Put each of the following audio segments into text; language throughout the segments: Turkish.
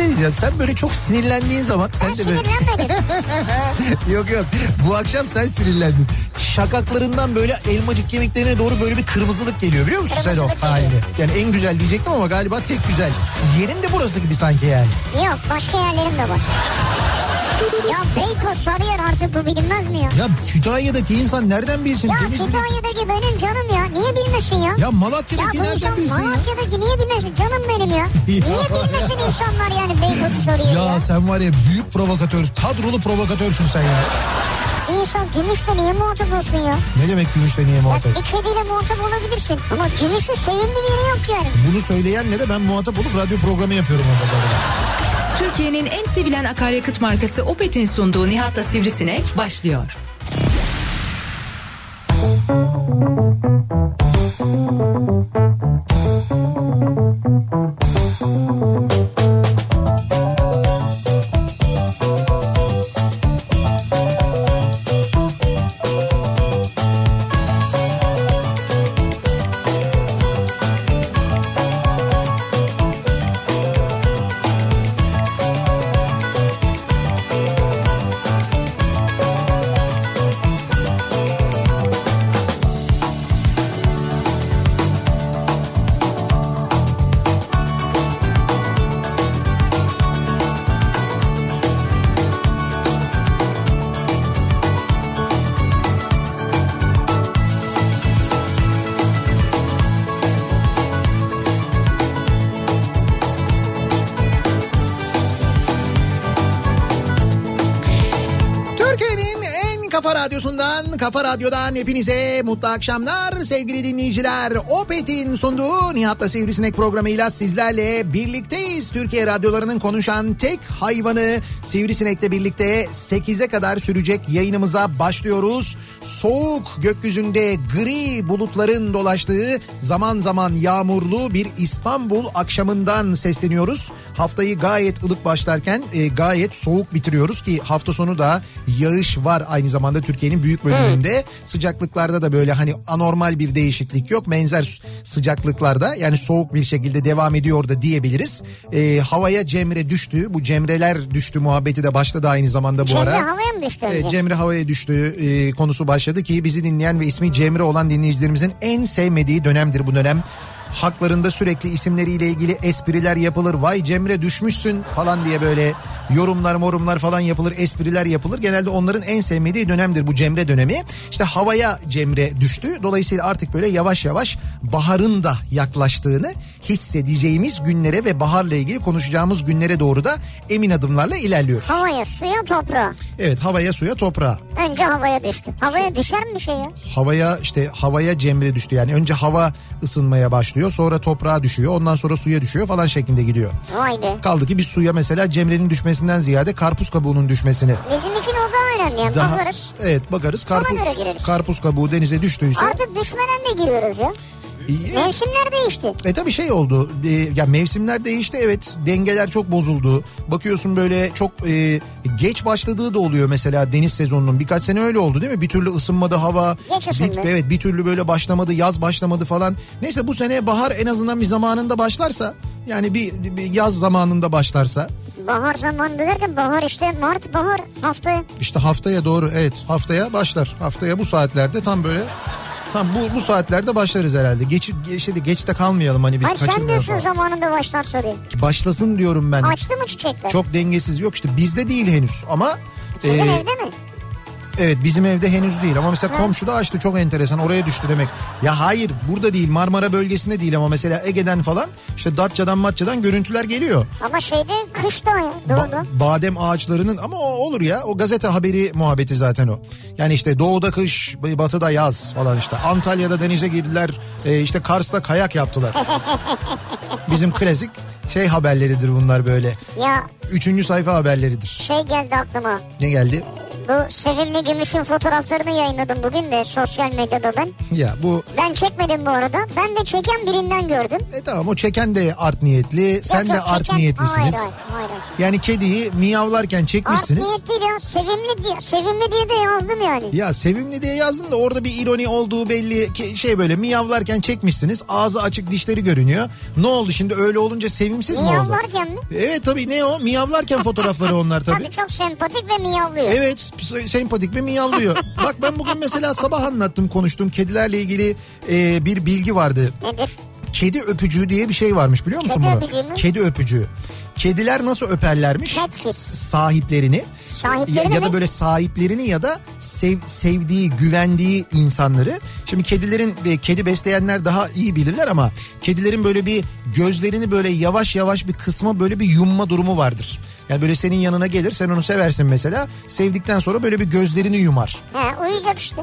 şey diyeceğim. Sen böyle çok sinirlendiğin zaman... Ben sen de böyle... sinirlenmedim. Yok. Bu akşam sen sinirlendin. Şakaklarından böyle elmacık kemiklerine doğru böyle bir kırmızılık geliyor, biliyor musun sen o halini? Yani en güzel diyecektim ama galiba tek güzel. Yerin de burası gibi sanki yani. Yok, başka yerlerim de var. Ya Beykoz, Sarıyer, artık bu bilinmez mi ya? Ya Kütahya'daki insan nereden bilsin? Ya Denizli'deki... Kütahya'daki benim canım ya. Niye bilmesin ya? Ya Malatya'daki nereden bilsin ya? Malatya'daki niye bilmesin? Canım benim ya. Niye bilmesin insanlar yani Beykoz'u soruyor ya? Ya sen var ya büyük provokatör, kadrolu provokatörsün sen ya. İnsan Gümüş'te niye muhatap olsun ya? Ne demek Gümüş'te niye muhatap? Ya bir kediyle muhatap olabilirsin. Ama Gümüş'ün sevimli bir yeri yok yani. Bunu söyleyenle de ben muhatap olup radyo programı yapıyorum orada. Türkiye'nin en sevilen akaryakıt markası Opet'in sunduğu Nihat'la Sivrisinek başlıyor. Kafa Radyo'dan hepinize mutlu akşamlar sevgili dinleyiciler. Opet'in sunduğu Nihat'la Sivrisinek programıyla sizlerle birlikteyiz. Türkiye radyolarının konuşan tek hayvanı Sivrisinek'le birlikte 8'e kadar sürecek yayınımıza başlıyoruz. Soğuk, gökyüzünde gri bulutların dolaştığı, zaman zaman yağmurlu bir İstanbul akşamından sesleniyoruz. Haftayı gayet ılık başlarken gayet soğuk bitiriyoruz ki hafta sonu da yağış var aynı zamanda Türkiye'nin büyük bölümünde. Sıcaklıklarda da böyle hani anormal bir değişiklik yok. Benzer sıcaklıklarda, yani soğuk bir şekilde devam ediyor da diyebiliriz. Havaya Cemre düştü. Bu Cemreler düştü muhabbeti de başladı aynı zamanda bu ara. Cemre havaya mı düştü önce? Cemre havaya düştü konusu başladı ki bizi dinleyen ve ismi Cemre olan dinleyicilerimizin en sevmediği dönemdir bu dönem. Haklarında sürekli isimleriyle ilgili espriler yapılır. Vay Cemre düşmüşsün falan diye böyle yorumlar falan yapılır, espriler yapılır. Genelde onların en sevmediği dönemdir bu Cemre dönemi. İşte havaya Cemre düştü. Dolayısıyla artık böyle yavaş yavaş baharın da yaklaştığını hissedeceğimiz günlere ve baharla ilgili konuşacağımız günlere doğru da emin adımlarla ilerliyoruz. Havaya, suya, toprağa. Evet, havaya, suya, toprağa. Önce havaya düştü. Havaya düşer mi bir şey ya? Havaya Cemre düştü. Yani önce hava ısınmaya başlıyor, sonra toprağa düşüyor, ondan sonra suya düşüyor falan şeklinde gidiyor. Vay be. Kaldı ki biz suya mesela Cemre'nin düşmesinden ziyade karpuz kabuğunun düşmesini. Bizim için o da önemli yani, bakarız. Evet, bakarız. Karpuz kabuğu denize düştüyse. Artık düşmeden de giriyoruz ya. Mevsimler değişti. Tabii şey oldu. Ya mevsimler değişti, evet. Dengeler çok bozuldu. Bakıyorsun böyle çok geç başladığı da oluyor mesela deniz sezonunun. Birkaç sene öyle oldu değil mi? Bir türlü ısınmadı hava. Geç ısındı. Evet, bir türlü böyle başlamadı, yaz başlamadı falan. Neyse, bu sene bahar en azından bir zamanında başlarsa, yani bir yaz zamanında başlarsa. Bahar zamanı derken bahar işte Mart, bahar haftaya. İşte haftaya doğru, evet, haftaya başlar. Haftaya bu saatlerde tam böyle. Tam bu saatlerde başlarız herhalde. Geç de kalmayalım hani biz. Hayır, sen diyorsun zamanında başlarsa diye. Başlasın diyorum ben. Açtı mı çiçekler? Çok dengesiz, yok işte bizde değil henüz ama. Sizin evde mi? Evet, bizim evde henüz değil ama mesela komşuda açtı, çok enteresan, oraya düştü demek. Ya hayır, burada değil, Marmara bölgesinde değil ama mesela Ege'den falan işte Datça'dan görüntüler geliyor. Ama şeyde kışta ya, doğuda. Badem ağaçlarının, ama o olur ya, o gazete haberi muhabbeti zaten o. Yani işte doğuda kış, batıda yaz falan işte. Antalya'da denize girdiler, işte Kars'ta kayak yaptılar. Bizim klasik haberleridir bunlar böyle. Ya. 3. sayfa haberleridir. Geldi aklıma. Ne geldi? Bu Sevimli Gümüş'ün fotoğraflarını yayınladım bugün de sosyal medyada ben. Ya bu... Ben çekmedim bu arada. Ben de çeken birinden gördüm. Tamam, o çeken de art niyetli, sen de art niyetlisiniz. Hayır. Yani kediyi miyavlarken çekmişsiniz. Art niyet değil ya, sevimli diye de yazdım yani. Ya sevimli diye yazdın da orada bir ironi olduğu belli, böyle miyavlarken çekmişsiniz. Ağzı açık, dişleri görünüyor. Ne oldu şimdi, öyle olunca sevimsiz mi oldu? Miyavlarken mi? Evet tabii, ne o? Miyavlarken fotoğrafları onlar tabii. Tabii çok sempatik ve miyavlıyor. Evet, sempatik ve miyavlıyor. Bak ben bugün mesela sabah anlattım, konuştum. Kedilerle ilgili bir bilgi vardı. Nedir? Kedi öpücüğü diye bir şey varmış, biliyor musun bunu? Kedi öpücüğü mü? Kedi öpücüğü. Kediler nasıl öperlermiş? Sahiplerini. Ya da böyle sahiplerini ya da sevdiği, güvendiği insanları. Şimdi kedi besleyenler daha iyi bilirler ama kedilerin böyle bir gözlerini böyle yavaş yavaş bir kısma böyle bir yumma durumu vardır. Yani böyle senin yanına gelir, sen onu seversin mesela. Sevdikten sonra böyle bir gözlerini yumar. Uyuyacak işte.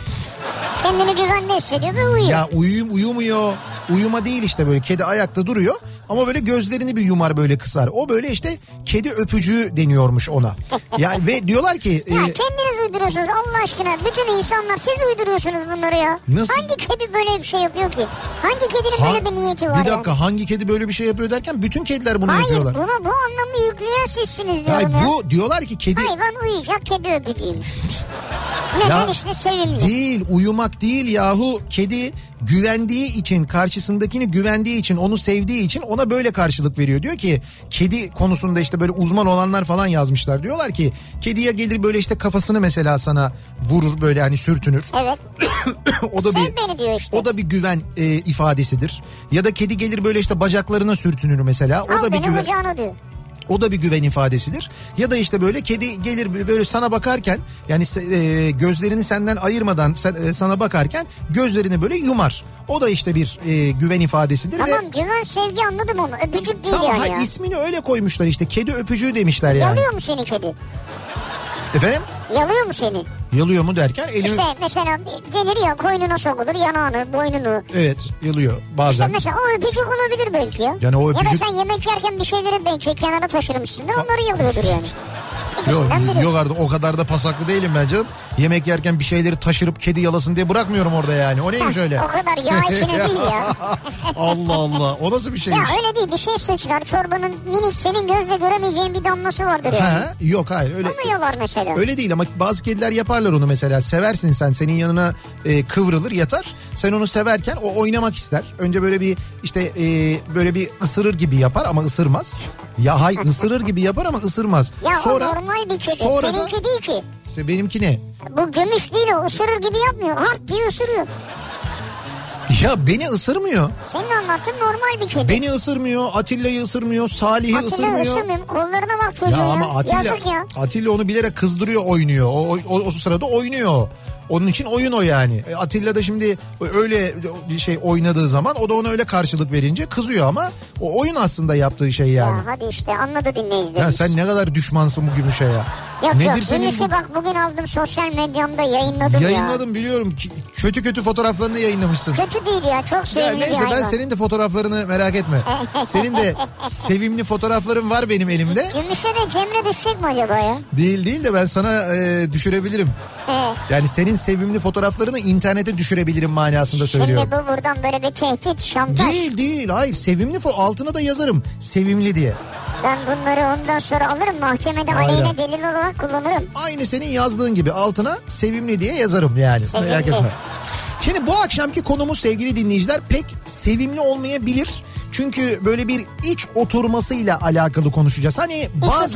Kendini güvende hissediyor ve uyuyor. Ya uyumuyor. Uyuma değil işte, böyle kedi ayakta duruyor ama böyle gözlerini bir yumar, böyle kısar. O böyle işte kedi öpücüğü deniyormuş ona. Yani ve diyorlar ki... Ya kendiniz uyduruyorsunuz Allah aşkına. Bütün insanlar, siz uyduruyorsunuz bunları ya. Nasıl? Hangi kedi böyle bir şey yapıyor ki? Hangi kedinin böyle bir niyeti var? Bir dakika yani? Hangi kedi böyle bir şey yapıyor derken bütün kediler bunu yapıyorlar. Hayır, bu anlamı yükleyen sizsiniz diyorum ya. Bu diyorlar ki kedi... Hayvan uyuyacak, kedi öpücüymüş. Neden işte sevimli. Değil, uyumak değil yahu. Kedi güvendiği için, karşısındakini güvendiği için, onu sevdiği için ona böyle karşılık veriyor. Diyor ki kedi konusunda işte böyle uzman olanlar falan yazmışlar. Diyorlar ki kediye gelir böyle işte kafasını mesela sana vurur, böyle hani sürtünür. Evet. Beni diyor işte. O da bir güven ifadesidir. Ya da kedi gelir böyle işte bacaklarına sürtünür mesela. O da bir güven. Bacağına diyor. O da bir güven ifadesidir. Ya da işte böyle kedi gelir böyle sana bakarken, yani gözlerini senden ayırmadan sana bakarken gözlerini böyle yumar. O da işte bir güven ifadesidir. Tamam, güven, sevgi, anladım onu. Öpücük değil yani ya. İsmini öyle koymuşlar işte, kedi öpücüğü demişler yani. Yalıyor mu seni kedi? Efendim? Yalıyor mu seni? Yalıyor mu derken elimi... İşte mesela gelir ya, koynuna sokulur, yanağını, boynunu. Evet, yalıyor bazen. İşte mesela o öpücük olabilir belki ya. Yani o öpücük... Ya da sen yemek yerken bir şeyleri belki kenara taşırmışsındır, onları yalıyordur yani. Yok artık o kadar da pasaklı değilim ben canım. Yemek yerken bir şeyleri taşırıp kedi yalasın diye bırakmıyorum orada yani. O neymiş öyle? O kadar yağ içine değil ya. Allah Allah, o nasıl bir şeymiş? Ya öyle değil, bir şey sıçrar, çorbanın minik, senin gözle göremeyeceğin bir damlası vardır yani. Yok hayır öyle. Onu yalar mesela. Öyle değil ama bazı kediler yaparlar onu mesela. Seversin sen, senin yanına kıvrılır yatar. Sen onu severken o oynamak ister. Önce böyle bir işte böyle bir ısırır gibi yapar ama ısırmaz. Ya hayır, ısırır gibi yapar ama ısırmaz. Ya sonra, o normal bir kedi. Seninki değil ki. Benimki ne? Bu Gümüş değil, o ısırır gibi yapmıyor. Hart diye ısırıyor. Ya beni ısırmıyor. Senin anlattığın normal bir kedi. Beni ısırmıyor, Atilla'yı ısırmıyor, Salih'i ısırmıyor. Atilla ısırmıyor. Kollarına bak çocuğun ya. Ama Atilla onu bilerek kızdırıyor, oynuyor. O sırada oynuyor. Onun için oyun o yani. Atilla da şimdi öyle şey oynadığı zaman o da ona öyle karşılık verince kızıyor ama o oyun aslında yaptığı şey yani. Ya hadi işte anladı dinleyicilerimiz. Ya sen ne kadar düşmansın bu Gümüş'e ya. Yok Gümüş'ü bak bugün aldım, sosyal medyamda yayınladım ya. Yayınladım biliyorum. Kötü fotoğraflarını yayınlamışsın. Kötü değil ya, çok sevimli neyse, bir hayvan. ben senin de fotoğraflarını merak etme. Senin de sevimli fotoğrafların var benim elimde. Gümüş'e de Cemre düşecek mi acaba ya? Değil de ben sana düşürebilirim. Yani senin sevimli fotoğraflarını internete düşürebilirim manasında söylüyorum. Şimdi bu buradan böyle bir tehdit, şantaj. Değil hayır, sevimli altına da yazarım sevimli diye. Ben bunları ondan sonra alırım, mahkemede aleyhine delil olarak kullanırım. Aynı senin yazdığın gibi altına sevimli diye yazarım yani. Sevimli. Merak etme. Şimdi bu akşamki konumuz sevgili dinleyiciler pek sevimli olmayabilir. Çünkü böyle bir iç oturmasıyla alakalı konuşacağız. Hani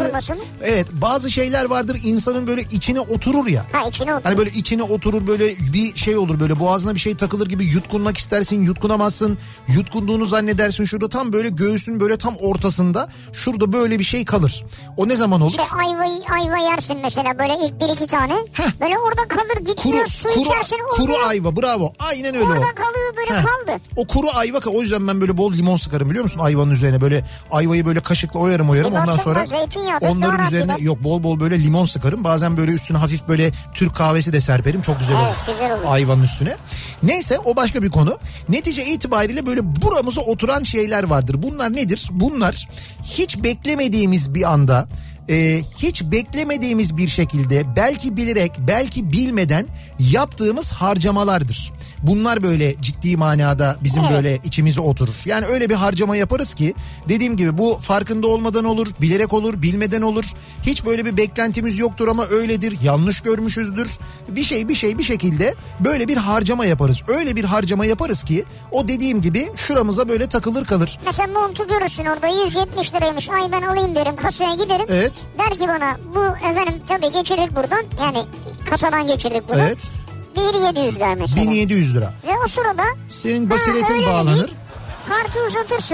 bazı şeyler vardır insanın böyle içine oturur ya. İçine oturur. Hani böyle içine oturur, böyle bir şey olur, böyle boğazına bir şey takılır gibi yutkunmak istersin, yutkunamazsın. Yutkunduğunu zannedersin, şurada tam böyle göğsün böyle tam ortasında şurada böyle bir şey kalır. O ne zaman olur? İşte ayva yersin mesela, böyle ilk 1-2 tane. Böyle orada kalır, gitmiyor, su içersin. Kuru ayva, bravo, aynen öyle. Orada kalıyor, böyle kaldı. O kuru ayva, o yüzden ben böyle bol limon sıkarım biliyor musun ayvanın üzerine, böyle ayvayı böyle kaşıkla oyarım ondan sonra onların üzerine bol böyle limon sıkarım, bazen böyle üstüne hafif böyle Türk kahvesi de serperim, çok güzel olur. Güzel olur Ayvanın üstüne. Neyse, o başka bir konu. Netice itibariyle böyle buramıza oturan şeyler vardır. Bunlar nedir? Bunlar hiç beklemediğimiz bir anda hiç beklemediğimiz bir şekilde belki bilerek belki bilmeden yaptığımız harcamalardır. Bunlar böyle ciddi manada bizim böyle içimize oturur. Yani öyle bir harcama yaparız ki dediğim gibi bu farkında olmadan olur, bilerek olur, bilmeden olur. Hiç böyle bir beklentimiz yoktur ama öyledir, yanlış görmüşüzdür. Bir şekilde böyle bir harcama yaparız. Öyle bir harcama yaparız ki o dediğim gibi şuramıza böyle takılır kalır. Mesela montu görürsün orada 170 liraymış. Ay ben alayım derim, kasaya giderim. Evet. Der ki bana bu efendim tabii geçirdik buradan. Yani kasadan geçirdik bunu. Evet. 1.700 der mesela. 1.700 lira. Ve o sırada senin basiretin bağlanır. Kartı uzatırsın.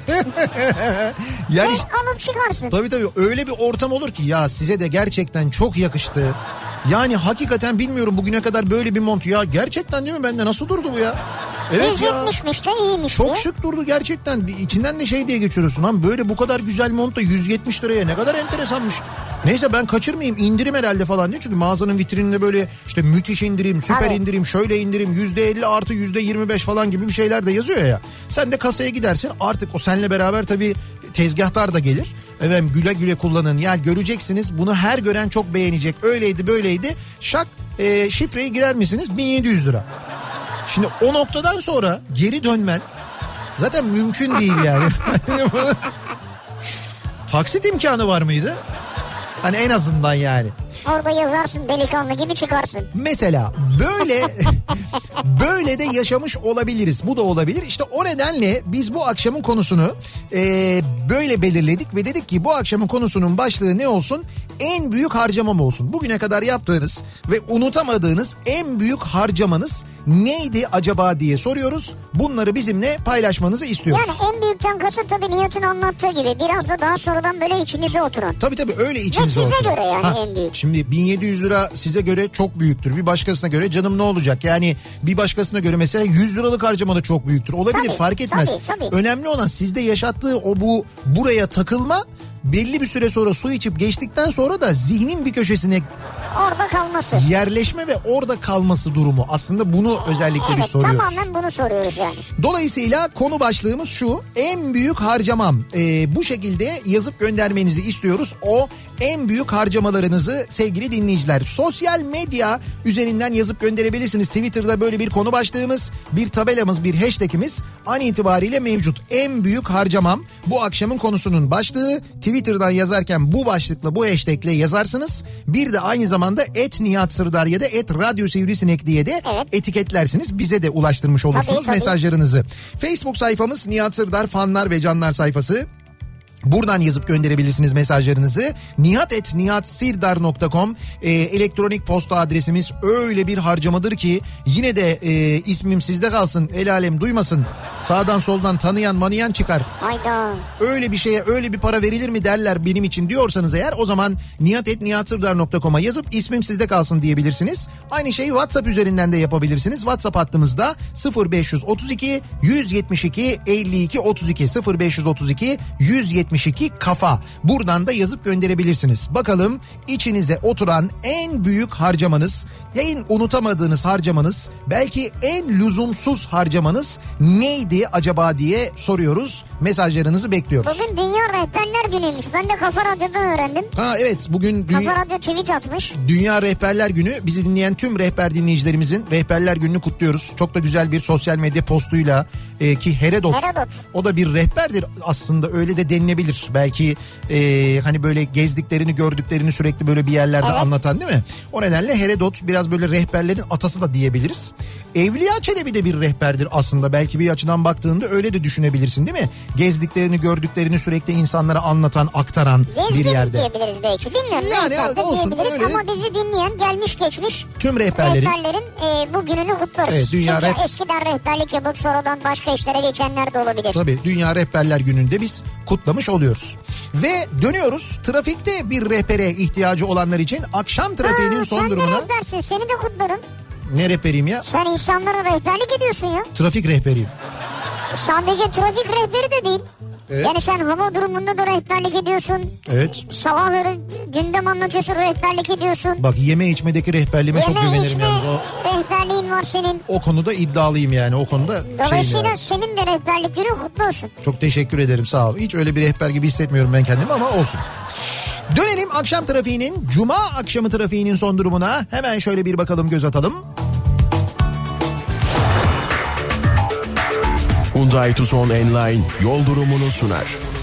Yani ve alıp çıkarsın. Tabii öyle bir ortam olur ki ya size de gerçekten çok yakıştı. Yani hakikaten bilmiyorum bugüne kadar böyle bir mont ya gerçekten değil mi bende nasıl durdu bu ya? Evet 170'miş de iyiymiş çok diye. şık durdu gerçekten. İçinden de şey diye geçiriyorsun. Lan böyle bu kadar güzel mont da 170 liraya ne kadar enteresanmış. Neyse ben kaçırmayayım, indirim herhalde falan diye. Çünkü mağazanın vitrininde böyle işte müthiş indirim, süper indirim, şöyle indirim, %50 artı %25 falan gibi bir şeyler de yazıyor ya. Sen de kasaya gidersin, artık o seninle beraber tabii tezgahtar da gelir. Efendim güle güle kullanın. Yani göreceksiniz, bunu her gören çok beğenecek. Öyleydi böyleydi. Şak şifreyi girer misiniz? 1700 lira. Şimdi o noktadan sonra geri dönmen zaten mümkün değil yani. Taksit imkanı var mıydı? Hani en azından yani. Orada yazarsın, delikanlı gibi çıkarsın. Mesela böyle de yaşamış olabiliriz. Bu da olabilir. İşte o nedenle biz bu akşamın konusunu böyle belirledik ve dedik ki bu akşamın konusunun başlığı ne olsun? En büyük harcamam olsun. Bugüne kadar yaptığınız ve unutamadığınız en büyük harcamanız neydi acaba diye soruyoruz. Bunları bizimle paylaşmanızı istiyoruz. Yani en büyükten kasıt tabii Nihat'ın anlattığı gibi biraz da daha sonradan böyle içinize oturan. Tabii öyle içinize oturan. Ve size göre yani en büyük. Şimdi 1700 lira size göre çok büyüktür. Bir başkasına göre canım ne olacak? Yani bir başkasına göre mesela 100 liralık harcama da çok büyüktür. Olabilir, fark etmez. Tabii. Önemli olan sizde yaşattığı o buraya takılma, belli bir süre sonra su içip geçtikten sonra da zihnin bir köşesine orada kalması. Yerleşme ve orada kalması durumu. Aslında bunu özellikle biz soruyoruz. Evet, tamamen bunu soruyoruz yani. Dolayısıyla konu başlığımız şu: en büyük harcamam. Bu şekilde yazıp göndermenizi istiyoruz. O en büyük harcamalarınızı sevgili dinleyiciler. Sosyal medya üzerinden yazıp gönderebilirsiniz. Twitter'da böyle bir konu başlığımız, bir tabelamız, bir hashtagimiz an itibariyle mevcut. En büyük harcamam bu akşamın konusunun başlığı. Twitter'dan yazarken bu başlıkla, bu hashtagle yazarsınız. Bir de aynı zamanda @NihatSırdar ya da @RadyoSivrisinek diye de etiketlersiniz. Bize de ulaştırmış olursunuz mesajlarınızı. Facebook sayfamız Nihat Sırdar fanlar ve canlar sayfası. Buradan yazıp gönderebilirsiniz mesajlarınızı. nihat@nihatsirdar.com elektronik posta adresimiz. Öyle bir harcamadır ki yine de ismim sizde kalsın, el alem duymasın. Sağdan soldan tanıyan manıyan çıkar. Hayda. Öyle bir şeye öyle bir para verilir mi derler benim için diyorsanız eğer, o zaman nihat@nihatsirdar.com'a yazıp ismim sizde kalsın diyebilirsiniz. Aynı şeyi WhatsApp üzerinden de yapabilirsiniz. WhatsApp hattımızda 0532 172 52 32 0532 172 kafa. Buradan da yazıp gönderebilirsiniz. Bakalım içinize oturan en büyük harcamanız, en unutamadığınız harcamanız, belki en lüzumsuz harcamanız neydi acaba diye soruyoruz. Mesajlarınızı bekliyoruz. Bugün Dünya Rehberler Günü'ymüş. Ben de Kafa Radyo'dan öğrendim. Evet, bugün Kafa Radyo tweet atmış. Dünya Rehberler Günü. Bizi dinleyen tüm rehber dinleyicilerimizin Rehberler Günü'nü kutluyoruz. Çok da güzel bir sosyal medya postuyla ki Herodot. O da bir rehberdir aslında, öyle de denilebilir. Belki hani böyle gezdiklerini, gördüklerini sürekli böyle bir yerlerde anlatan, değil mi? O nedenle Herodot biraz böyle rehberlerin atası da diyebiliriz. Evliya Çelebi de bir rehberdir aslında. Belki bir açıdan baktığında öyle de düşünebilirsin, değil mi? Gezdiklerini, gördüklerini sürekli insanlara anlatan, aktaran bir yerde. Diyebiliriz belki. Bilmiyorum. Yani olsun öyle. Ama bizi dinleyen gelmiş geçmiş tüm rehberlerin bu gününü kutlarız. Evet, Çünkü eskiden rehberlik yapıp sonradan başka işlere geçenler de olabilir. Tabii, Dünya Rehberler Günü'nde biz kutlamış oluyoruz. Ve dönüyoruz. Trafikte bir rehbere ihtiyacı olanlar için akşam trafiğinin son durumuna. Sen de rehbersin, seni de kutlarım. Ne rehberiyim ya? Sen insanlara rehberlik ediyorsun ya. Trafik rehberiyim. Sadece trafik rehberi de değil. Evet. Yani sen hava durumunda da rehberlik ediyorsun. Evet. Sabahları gündem anlatıyorsun, rehberlik ediyorsun. Bak, yeme içmedeki rehberliğime çok güvenirim yani. Rehberliğin var senin. O konuda iddialıyım yani, o konuda. Dolayısıyla senin de rehberlik günü kutlu olsun. Çok teşekkür ederim, sağ ol. Hiç öyle bir rehber gibi hissetmiyorum ben kendimi ama olsun. Dönelim akşam trafiğinin, cuma akşamı trafiğinin son durumuna. Hemen şöyle bir bakalım, göz atalım. Hyundai Tucson Enline yol durumunu sunar.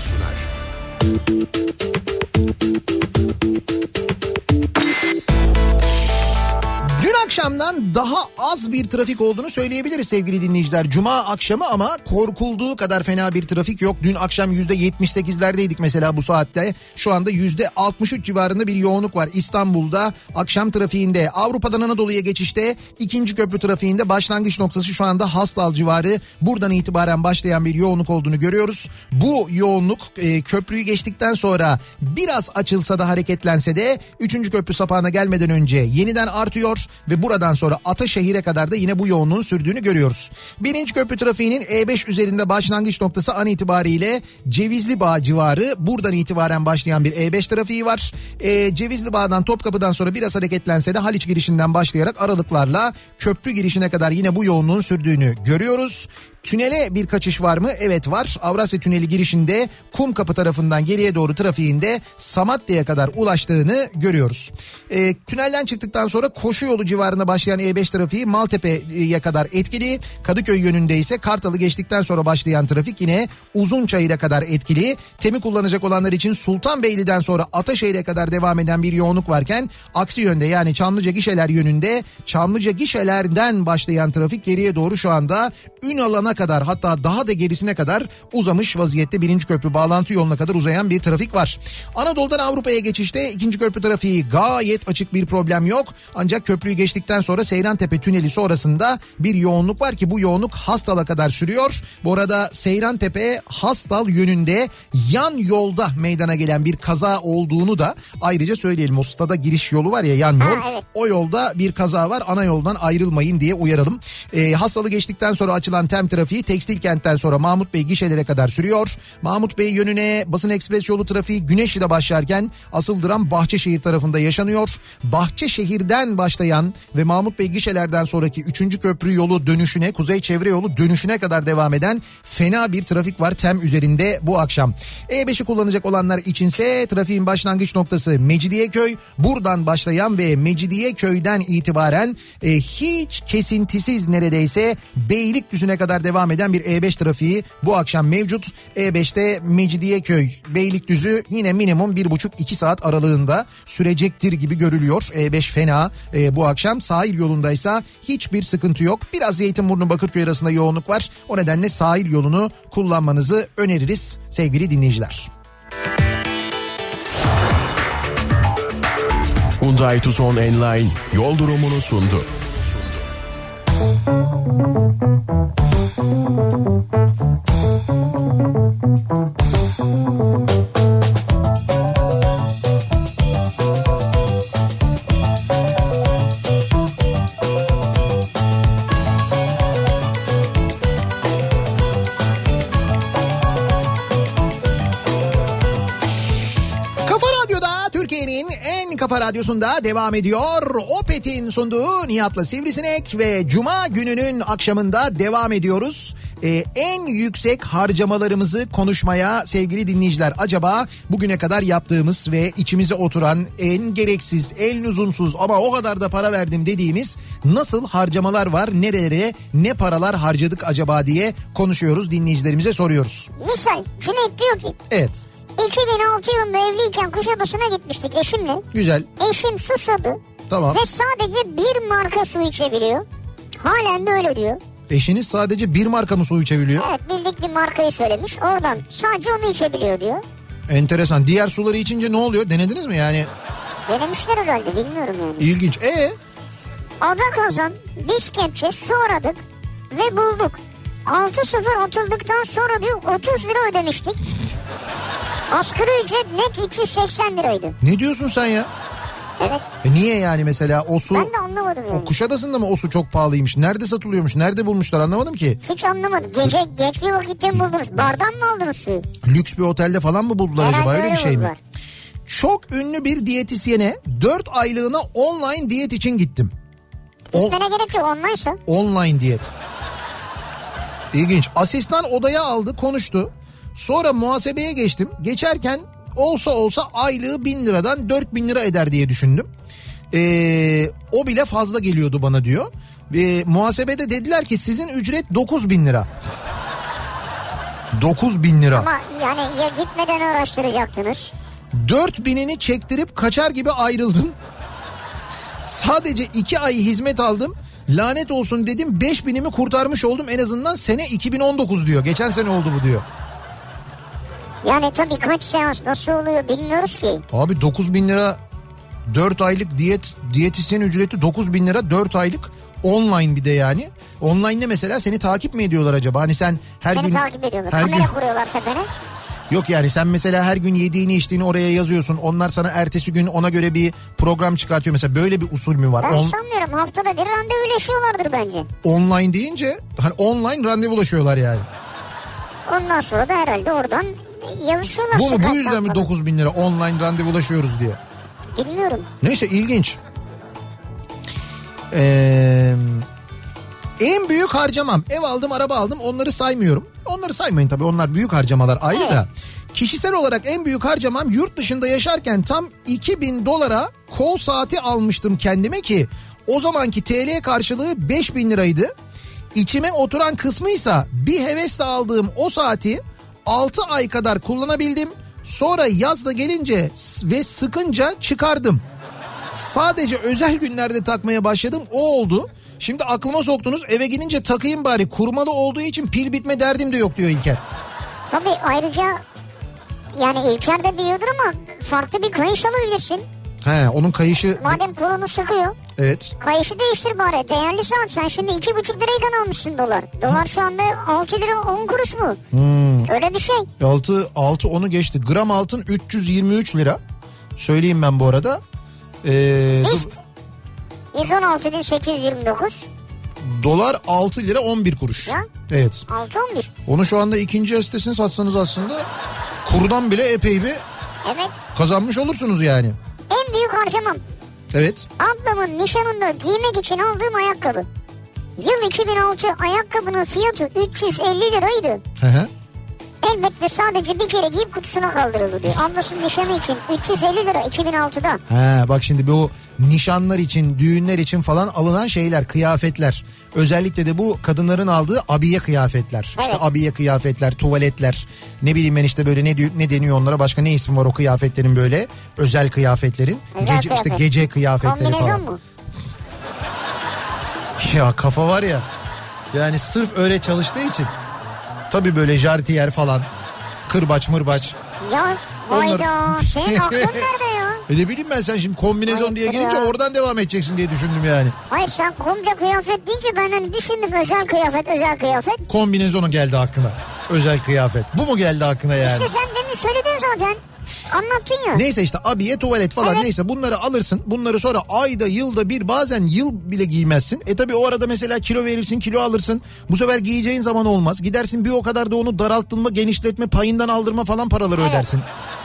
Dün akşamdan daha az bir trafik olduğunu söyleyebiliriz sevgili dinleyiciler. Cuma akşamı ama korkulduğu kadar fena bir trafik yok. Dün akşam %78'lerdeydik mesela bu saatte. Şu anda %63 civarında bir yoğunluk var İstanbul'da akşam trafiğinde. Avrupa'dan Anadolu'ya geçişte ikinci köprü trafiğinde başlangıç noktası şu anda Hastal civarı. Buradan itibaren başlayan bir yoğunluk olduğunu görüyoruz. Bu yoğunluk köprüyü geçtikten sonra biraz açılsa da hareketlense de 3. köprü sapağına gelmeden önce yeniden artıyor. Ve buradan sonra Ataşehir'e kadar da yine bu yoğunluğun sürdüğünü görüyoruz. 1. köprü trafiğinin E5 üzerinde başlangıç noktası an itibariyle Cevizlibağ civarı. Buradan itibaren başlayan bir E5 trafiği var. Cevizlibağ'dan, Topkapı'dan sonra biraz hareketlense de Haliç girişinden başlayarak aralıklarla köprü girişine kadar yine bu yoğunluğun sürdüğünü görüyoruz. Tünele bir kaçış var mı? Evet var. Avrasya Tüneli girişinde Kumkapı tarafından geriye doğru trafiğinde Samatya'ya kadar ulaştığını görüyoruz. Tünelden çıktıktan sonra Koşu Yolu civarında başlayan E5 trafiği Maltepe'ye kadar etkili. Kadıköy yönünde ise Kartal'ı geçtikten sonra başlayan trafik yine Uzunçayır'a kadar etkili. TEM'i kullanacak olanlar için Sultanbeyli'den sonra Ataşehir'e kadar devam eden bir yoğunluk varken aksi yönde yani Çamlıca Gişeler yönünde Çamlıca Gişeler'den başlayan trafik geriye doğru şu anda Ünalan'a kadar, hatta daha da gerisine kadar uzamış vaziyette. 1. köprü bağlantı yoluna kadar uzayan bir trafik var. Anadolu'dan Avrupa'ya geçişte 2. köprü trafiği gayet açık, bir problem yok. Ancak köprüyü geçtikten sonra Seyrantepe Tüneli sonrasında bir yoğunluk var ki bu yoğunluk Hastal'a kadar sürüyor. Bu arada Seyrantepe Hastal yönünde yan yolda meydana gelen bir kaza olduğunu da ayrıca söyleyelim. O stada giriş yolu var ya, yan yol. Evet. O yolda bir kaza var. Ana yoldan ayrılmayın diye uyaralım. Hastal'ı geçtikten sonra açılan TEM trafiği Tekstilkent'ten sonra Mahmut Bey gişelere kadar sürüyor. Mahmut Bey yönüne Basın Ekspres yolu trafiği Güneşli'de başlarken asıl dram Bahçeşehir tarafında yaşanıyor. Bahçeşehir'den başlayan ve Mahmut Bey gişelerden sonraki 3. köprü yolu dönüşüne, Kuzey Çevre Yolu dönüşüne kadar devam eden fena bir trafik var TEM üzerinde bu akşam. E5'i kullanacak olanlar içinse trafiğin başlangıç noktası Mecidiyeköy. Buradan başlayan ve Mecidiyeköy'den itibaren hiç kesintisiz neredeyse Beylikdüzü'ne kadar devam eden bir E5 trafiği bu akşam mevcut. E5'te Mecidiyeköy, Beylikdüzü yine minimum 1,5-2 saat aralığında sürecektir gibi görülüyor. E5 fena bu akşam. Sahil yolundaysa hiçbir sıkıntı yok. Biraz Zeytinburnu Bakırköy arasında yoğunluk var. O nedenle sahil yolunu kullanmanızı öneririz sevgili dinleyiciler. Hyundai Tucson Enline yol durumunu sundu. Kafa Radyosu'nda devam ediyor. Opet'in sunduğu Nihat'la Sivrisinek ve Cuma gününün akşamında devam ediyoruz. En yüksek harcamalarımızı konuşmaya sevgili dinleyiciler. Acaba bugüne kadar yaptığımız ve içimize oturan en gereksiz, en lüzumsuz ama o kadar da para verdim dediğimiz nasıl harcamalar var? Nerelere ne paralar harcadık acaba diye konuşuyoruz, dinleyicilerimize soruyoruz. Misal Cüneyt diyor ki. Evet. 2006 yılında evliyken Kuşadası'na gitmiştik eşimle. Güzel. Eşim susadı. Tamam. Ve sadece bir marka su içebiliyor. Halen de öyle diyor. Eşiniz sadece bir marka mı su içebiliyor? Evet, bildik bir markayı söylemiş. Oradan sadece onu içebiliyor diyor. Enteresan. Diğer suları içince ne oluyor? Denediniz mi yani? Denemişler herhalde, bilmiyorum yani. İlginç. Adakazan, diş kepçe su aradık ve bulduk. 6-0 atıldıktan sonra diyor 30 lira ödemiştik. Asgari ücret net 380 liraydı. Ne diyorsun sen ya? Evet. Niye yani mesela o su... Ben de anlamadım yani. O Kuşadası'nda mı o su çok pahalıymış? Nerede satılıyormuş? Nerede bulmuşlar? Anlamadım ki. Hiç anlamadım. Geç bir vakitte mi buldunuz? Bardan mı aldınız suyu? Lüks bir otelde falan mı buldular herhalde acaba? Öyle bir şey buldular. mi? Çok ünlü bir diyetisyene 4 aylığına online diyet için gittim. Gitmene gerek yok, online'sa. Online diyet. İlginç. Asistan odaya aldı, konuştu. Sonra muhasebeye geçtim. Geçerken olsa aylığı 1000 liradan 4000 lira eder diye düşündüm. O bile fazla geliyordu bana diyor. Muhasebede dediler ki sizin ücret 9.000 lira. 9.000 lira. Ama yani ya gitmeden araştıracaktınız. 4.000'ini çektirip kaçar gibi ayrıldım. Sadece 2 ay hizmet aldım. Lanet olsun dedim, 5.000'imi kurtarmış oldum en azından, sene 2019 diyor. Geçen sene oldu bu diyor. Yani tabii kaç seans nasıl oluyor bilmiyoruz ki. Abi 9.000 lira 4 aylık diyetisyen ücreti 9.000 lira 4 aylık online bir de yani. Online'de mesela seni takip mi ediyorlar acaba? Hani sen her seni gün... takip ediyorlar. Kamera kuruyorlar tepene. Yok yani sen mesela her gün yediğini içtiğini oraya yazıyorsun. Onlar sana ertesi gün ona göre bir program çıkartıyor. Mesela böyle bir usul mü var? Ben sanmıyorum, haftada bir randevuleşiyorlardır bence. Online deyince hani online randevulaşıyorlar yani. Ondan sonra da herhalde oradan yazışıyorlar. Bu yüzden mi 9.000 lira online randevulaşıyoruz diye? Bilmiyorum. Neyse, ilginç. En büyük harcamam, ev aldım, araba aldım, onları saymıyorum. Onları saymayın tabii, onlar büyük harcamalar ayrı, evet. Da kişisel olarak en büyük harcamam, yurt dışında yaşarken tam 2.000 dolara kol saati almıştım kendime ki o zamanki TL karşılığı 5.000 liraydı. İçime oturan kısmıysa bir hevesle aldığım o saati 6 ay kadar kullanabildim. Sonra yazda gelince ve sıkınca çıkardım. Sadece özel günlerde takmaya başladım, o oldu. Şimdi aklıma soktunuz, eve gidince takayım bari, kurmalı olduğu için pil bitme derdim de yok diyor İlker. Tabii ayrıca yani İlker de biliyordur ama farklı bir kayış alabilirsin. He, onun kayışı... Madem kolunu sıkıyor. Evet. Kayışı değiştir bari, değerli saat. Sen şimdi 2,5 lirayken almışsın dolar. Dolar şu anda 6 lira 10 kuruş mu? Öyle bir şey. 6 onu geçti. Gram altın 323 lira. Söyleyeyim ben bu arada. 116.829. Dolar 6 lira 11 kuruş. Ya? Evet. 6-11. Onu şu anda ikinci sitesini satsanız aslında kurdan bile epey bir evet. Kazanmış olursunuz yani. En büyük harcamam. Evet. Ablamın nişanında giymek için aldığım ayakkabı. Yıl 2006, ayakkabının fiyatı 350 liraydı. Hı. Elbette sadece bir kere giyip kutusuna kaldırıldı diyor. Ablasının nişanı için 350 lira 2006'da. He, bak şimdi bu nişanlar için, düğünler için falan alınan şeyler, kıyafetler. Özellikle de bu kadınların aldığı abiye kıyafetler. Evet. İşte abiye kıyafetler, tuvaletler. Ne bileyim ben işte böyle ne deniyor onlara, başka ne isim var o kıyafetlerin, böyle özel kıyafetlerin. Özel kıyafet. İşte gece kıyafetleri kombinezon falan. Mu? Ya kafa var ya. Yani sırf öyle çalıştığı için. Tabii böyle jartiyer falan. Kırbaç mırbaç. Ya hayda, senin aklın nerede ya? Ne bileyim ben, sen şimdi kombinezon diye girince oradan devam edeceksin diye düşündüm yani. Hayır, sen komple kıyafet deyince ben hani düşündüm, özel kıyafet. Kombinezonu geldi aklına. Özel kıyafet. Bu mu geldi aklına yani? İşte sen demin söyledin zaten. Anlattın ya. Neyse işte abiye, tuvalet falan, evet. Neyse bunları alırsın. Bunları sonra ayda, yılda bir, bazen yıl bile giymezsin. Tabii o arada mesela kilo verirsin, kilo alırsın. Bu sefer giyeceğin zaman olmaz. Gidersin bir o kadar da onu daralttırma, genişletme, payından aldırma falan paraları ödersin.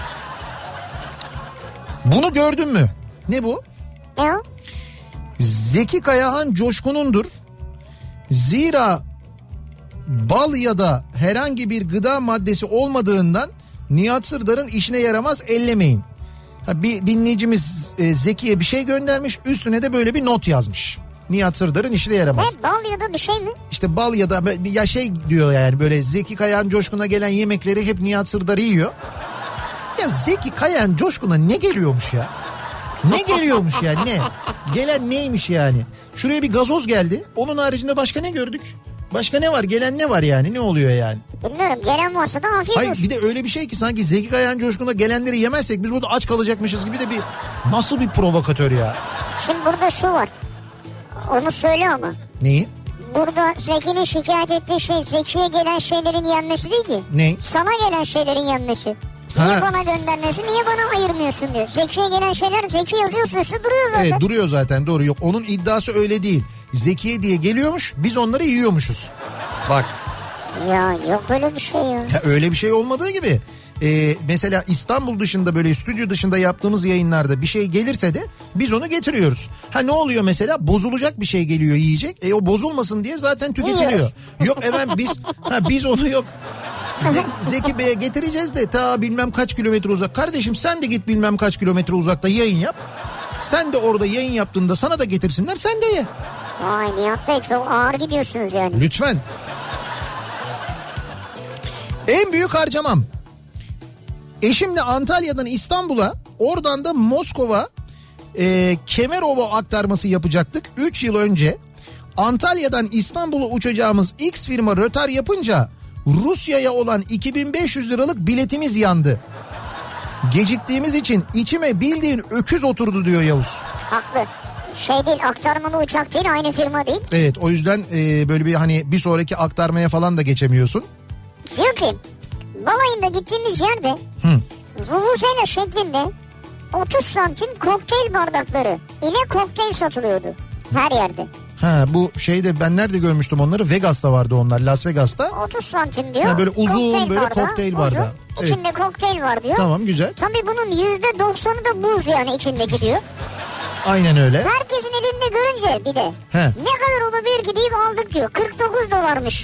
Bunu gördün mü? Ne bu? Ne o? Zeki Kayahan Coşkun'undur. Zira bal ya da herhangi bir gıda maddesi olmadığından Nihat Sırdar'ın işine yaramaz, ellemeyin. Bir dinleyicimiz Zeki'ye bir şey göndermiş, üstüne de böyle bir not yazmış. Nihat Sırdar'ın işine yaramaz. Evet, bal ya da bir şey mi? İşte bal ya da ya şey diyor yani, böyle Zeki Kayahan Coşkun'a gelen yemekleri hep Nihat Sırdar yiyor. Ya Zeki Kayahan Coşkun'a ne geliyormuş ya? Ne geliyormuş ya, ne? Gelen neymiş yani? Şuraya bir gazoz geldi. Onun haricinde başka ne gördük? Başka ne var? Gelen ne var yani? Ne oluyor yani? Bilmiyorum. Gelen varsa da afiyet olsun. Hayır, bir de öyle bir şey ki sanki Zeki Kayahan Coşkun'a gelenleri yemezsek biz burada aç kalacakmışız gibi de bir... Nasıl bir provokatör ya? Şimdi burada şu var. Onu söyle ama. Neyi? Burada Zeki'nin şikayet ettiği şey Zeki'ye gelen şeylerin yenmesi değil ki. Ne? Sana gelen şeylerin yenmesi. Niye bana göndermiyorsun, niye bana ayırmıyorsun diyor. Zeki'ye gelen şeyler, Zeki yazıyorsa üstü duruyor zaten. Evet, duruyor zaten, doğru. Yok, onun iddiası öyle değil. Zeki'ye diye geliyormuş, biz onları yiyormuşuz. Bak. Ya yok öyle bir şey ya. Ya öyle bir şey olmadığı gibi. Mesela İstanbul dışında, böyle stüdyo dışında yaptığımız yayınlarda bir şey gelirse de biz onu getiriyoruz. Ha ne oluyor mesela? Bozulacak bir şey geliyor, yiyecek. O bozulmasın diye zaten tüketiliyor. Yok efendim biz onu yok. Zeki Bey'e getireceğiz de ta bilmem kaç kilometre uzak. Kardeşim sen de git bilmem kaç kilometre uzakta yayın yap. Sen de orada yayın yaptığında sana da getirsinler, sen de ye. Vay Nihat Bey, çok ağır gidiyorsunuz yani. Lütfen. En büyük harcamam. Eşimle Antalya'dan İstanbul'a, oradan da Moskova Kemerovo aktarması yapacaktık 3 yıl önce. Antalya'dan İstanbul'a uçacağımız X firma rötar yapınca Rusya'ya olan 2500 liralık biletimiz yandı. Geciktiğimiz için içime bildiğin öküz oturdu diyor Yavuz. Haklı. Şey değil, aktarmalı uçak değil, aynı firma değil. Evet, o yüzden böyle bir hani bir sonraki aktarmaya falan da geçemiyorsun. Diyor ki balayında gittiğimiz yerde vuvuzela şeklinde 30 santim kokteyl bardakları ile kokteyl satılıyordu her yerde. Ha, bu şeyde ben nerede görmüştüm onları? Vegas'ta vardı onlar, Las Vegas'ta. 30 santim diyor. Ha, böyle uzun kokteyl böyle bardağı, kokteyl bardağı. Evet. İçinde kokteyl var diyor. Tamam, güzel. Tabii bunun %90'ı da buz yani içindeki diyor. Aynen öyle. Herkesin elinde görünce bir de ne kadar olabilir ki deyip aldık diyor. 49 dolarmış.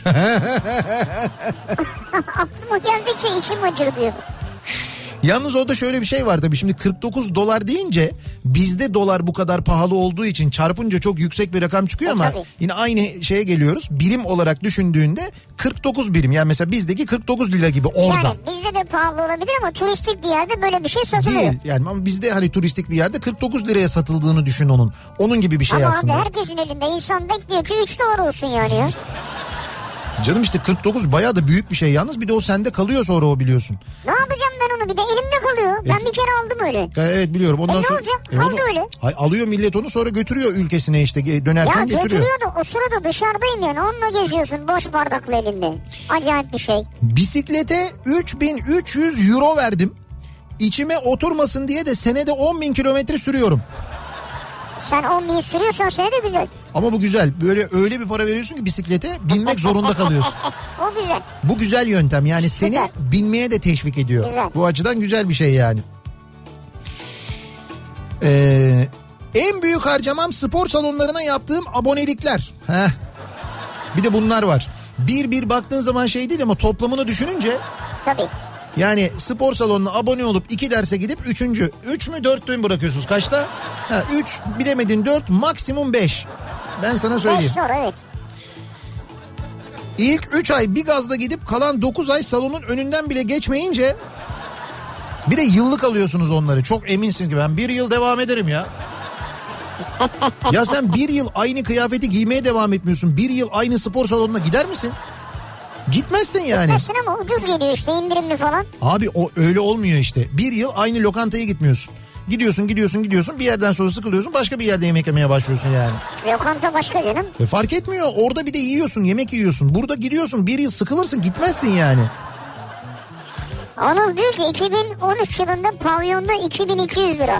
Aklıma geldikçe içim acır diyor. Yalnız orada şöyle bir şey var tabii, şimdi 49 dolar deyince bizde dolar bu kadar pahalı olduğu için çarpınca çok yüksek bir rakam çıkıyor ama tabii. Yine aynı şeye geliyoruz. Birim olarak düşündüğünde 49 birim, yani mesela bizdeki 49 lira gibi orada. Yani bizde de pahalı olabilir ama turistik bir yerde böyle bir şey satılıyor. Değil yani, ama bizde hani turistik bir yerde 49 liraya satıldığını düşün onun. Onun gibi bir şey ama aslında. Ama abi herkesin elinde, insan bekliyor ki 3 dolar olsun yani ya. Canım işte 49 bayağı da büyük bir şey yalnız, bir de o sende kalıyor sonra, o biliyorsun. Ne yapacağım ben onu, bir de elimde kalıyor. Ben bir kere aldım öyle. Evet biliyorum. Ondan ne sonra, olacak? Kaldı öyle. Alıyor millet onu, sonra götürüyor ülkesine işte, dönerken ya getiriyor. Ya götürüyor da o sırada dışarıdayım yani, onunla geziyorsun boş bardaklı elinde. Acayip bir şey. Bisiklete 3.300 euro verdim. İçime oturmasın diye de senede 10.000 kilometre sürüyorum. Sen 10.000 sürüyorsan sene de güzel. Ama bu güzel. Böyle öyle bir para veriyorsun ki bisiklete, binmek zorunda kalıyorsun. O güzel. Bu güzel yöntem yani, seni binmeye de teşvik ediyor. Güzel. Bu açıdan güzel bir şey yani. En büyük harcamam spor salonlarına yaptığım abonelikler. Bir de bunlar var. Bir baktığın zaman şey değil ama toplamını düşününce. Tabii. Yani spor salonuna abone olup 2 derse gidip 3. 3 mü 4 mü bırakıyorsunuz? Kaçta? 3 bilemedin 4, maksimum 5. Ben sana söyleyeyim. 5 zor, evet. İlk 3 ay bir gazla gidip kalan 9 ay salonun önünden bile geçmeyince bir de yıllık alıyorsunuz onları. Çok eminsin ki ben 1 yıl devam ederim ya. Ya sen 1 yıl aynı kıyafeti giymeye devam etmiyorsun. 1 yıl aynı spor salonuna gider misin? Gitmezsin yani. Gitmezsin ama ucuz geliyor işte, indirimli falan. Abi o öyle olmuyor işte. 1 yıl aynı lokantaya gitmiyorsun. Gidiyorsun bir yerden sonra sıkılıyorsun, başka bir yerde yemek yemeye başlıyorsun yani. Lokanta başka canım. Fark etmiyor, orada bir de yiyorsun, yemek yiyorsun. Burada gidiyorsun 1 yıl sıkılırsın, gitmezsin yani. Anıl diyor ki 2013 yılında pavyonda 2200 lira.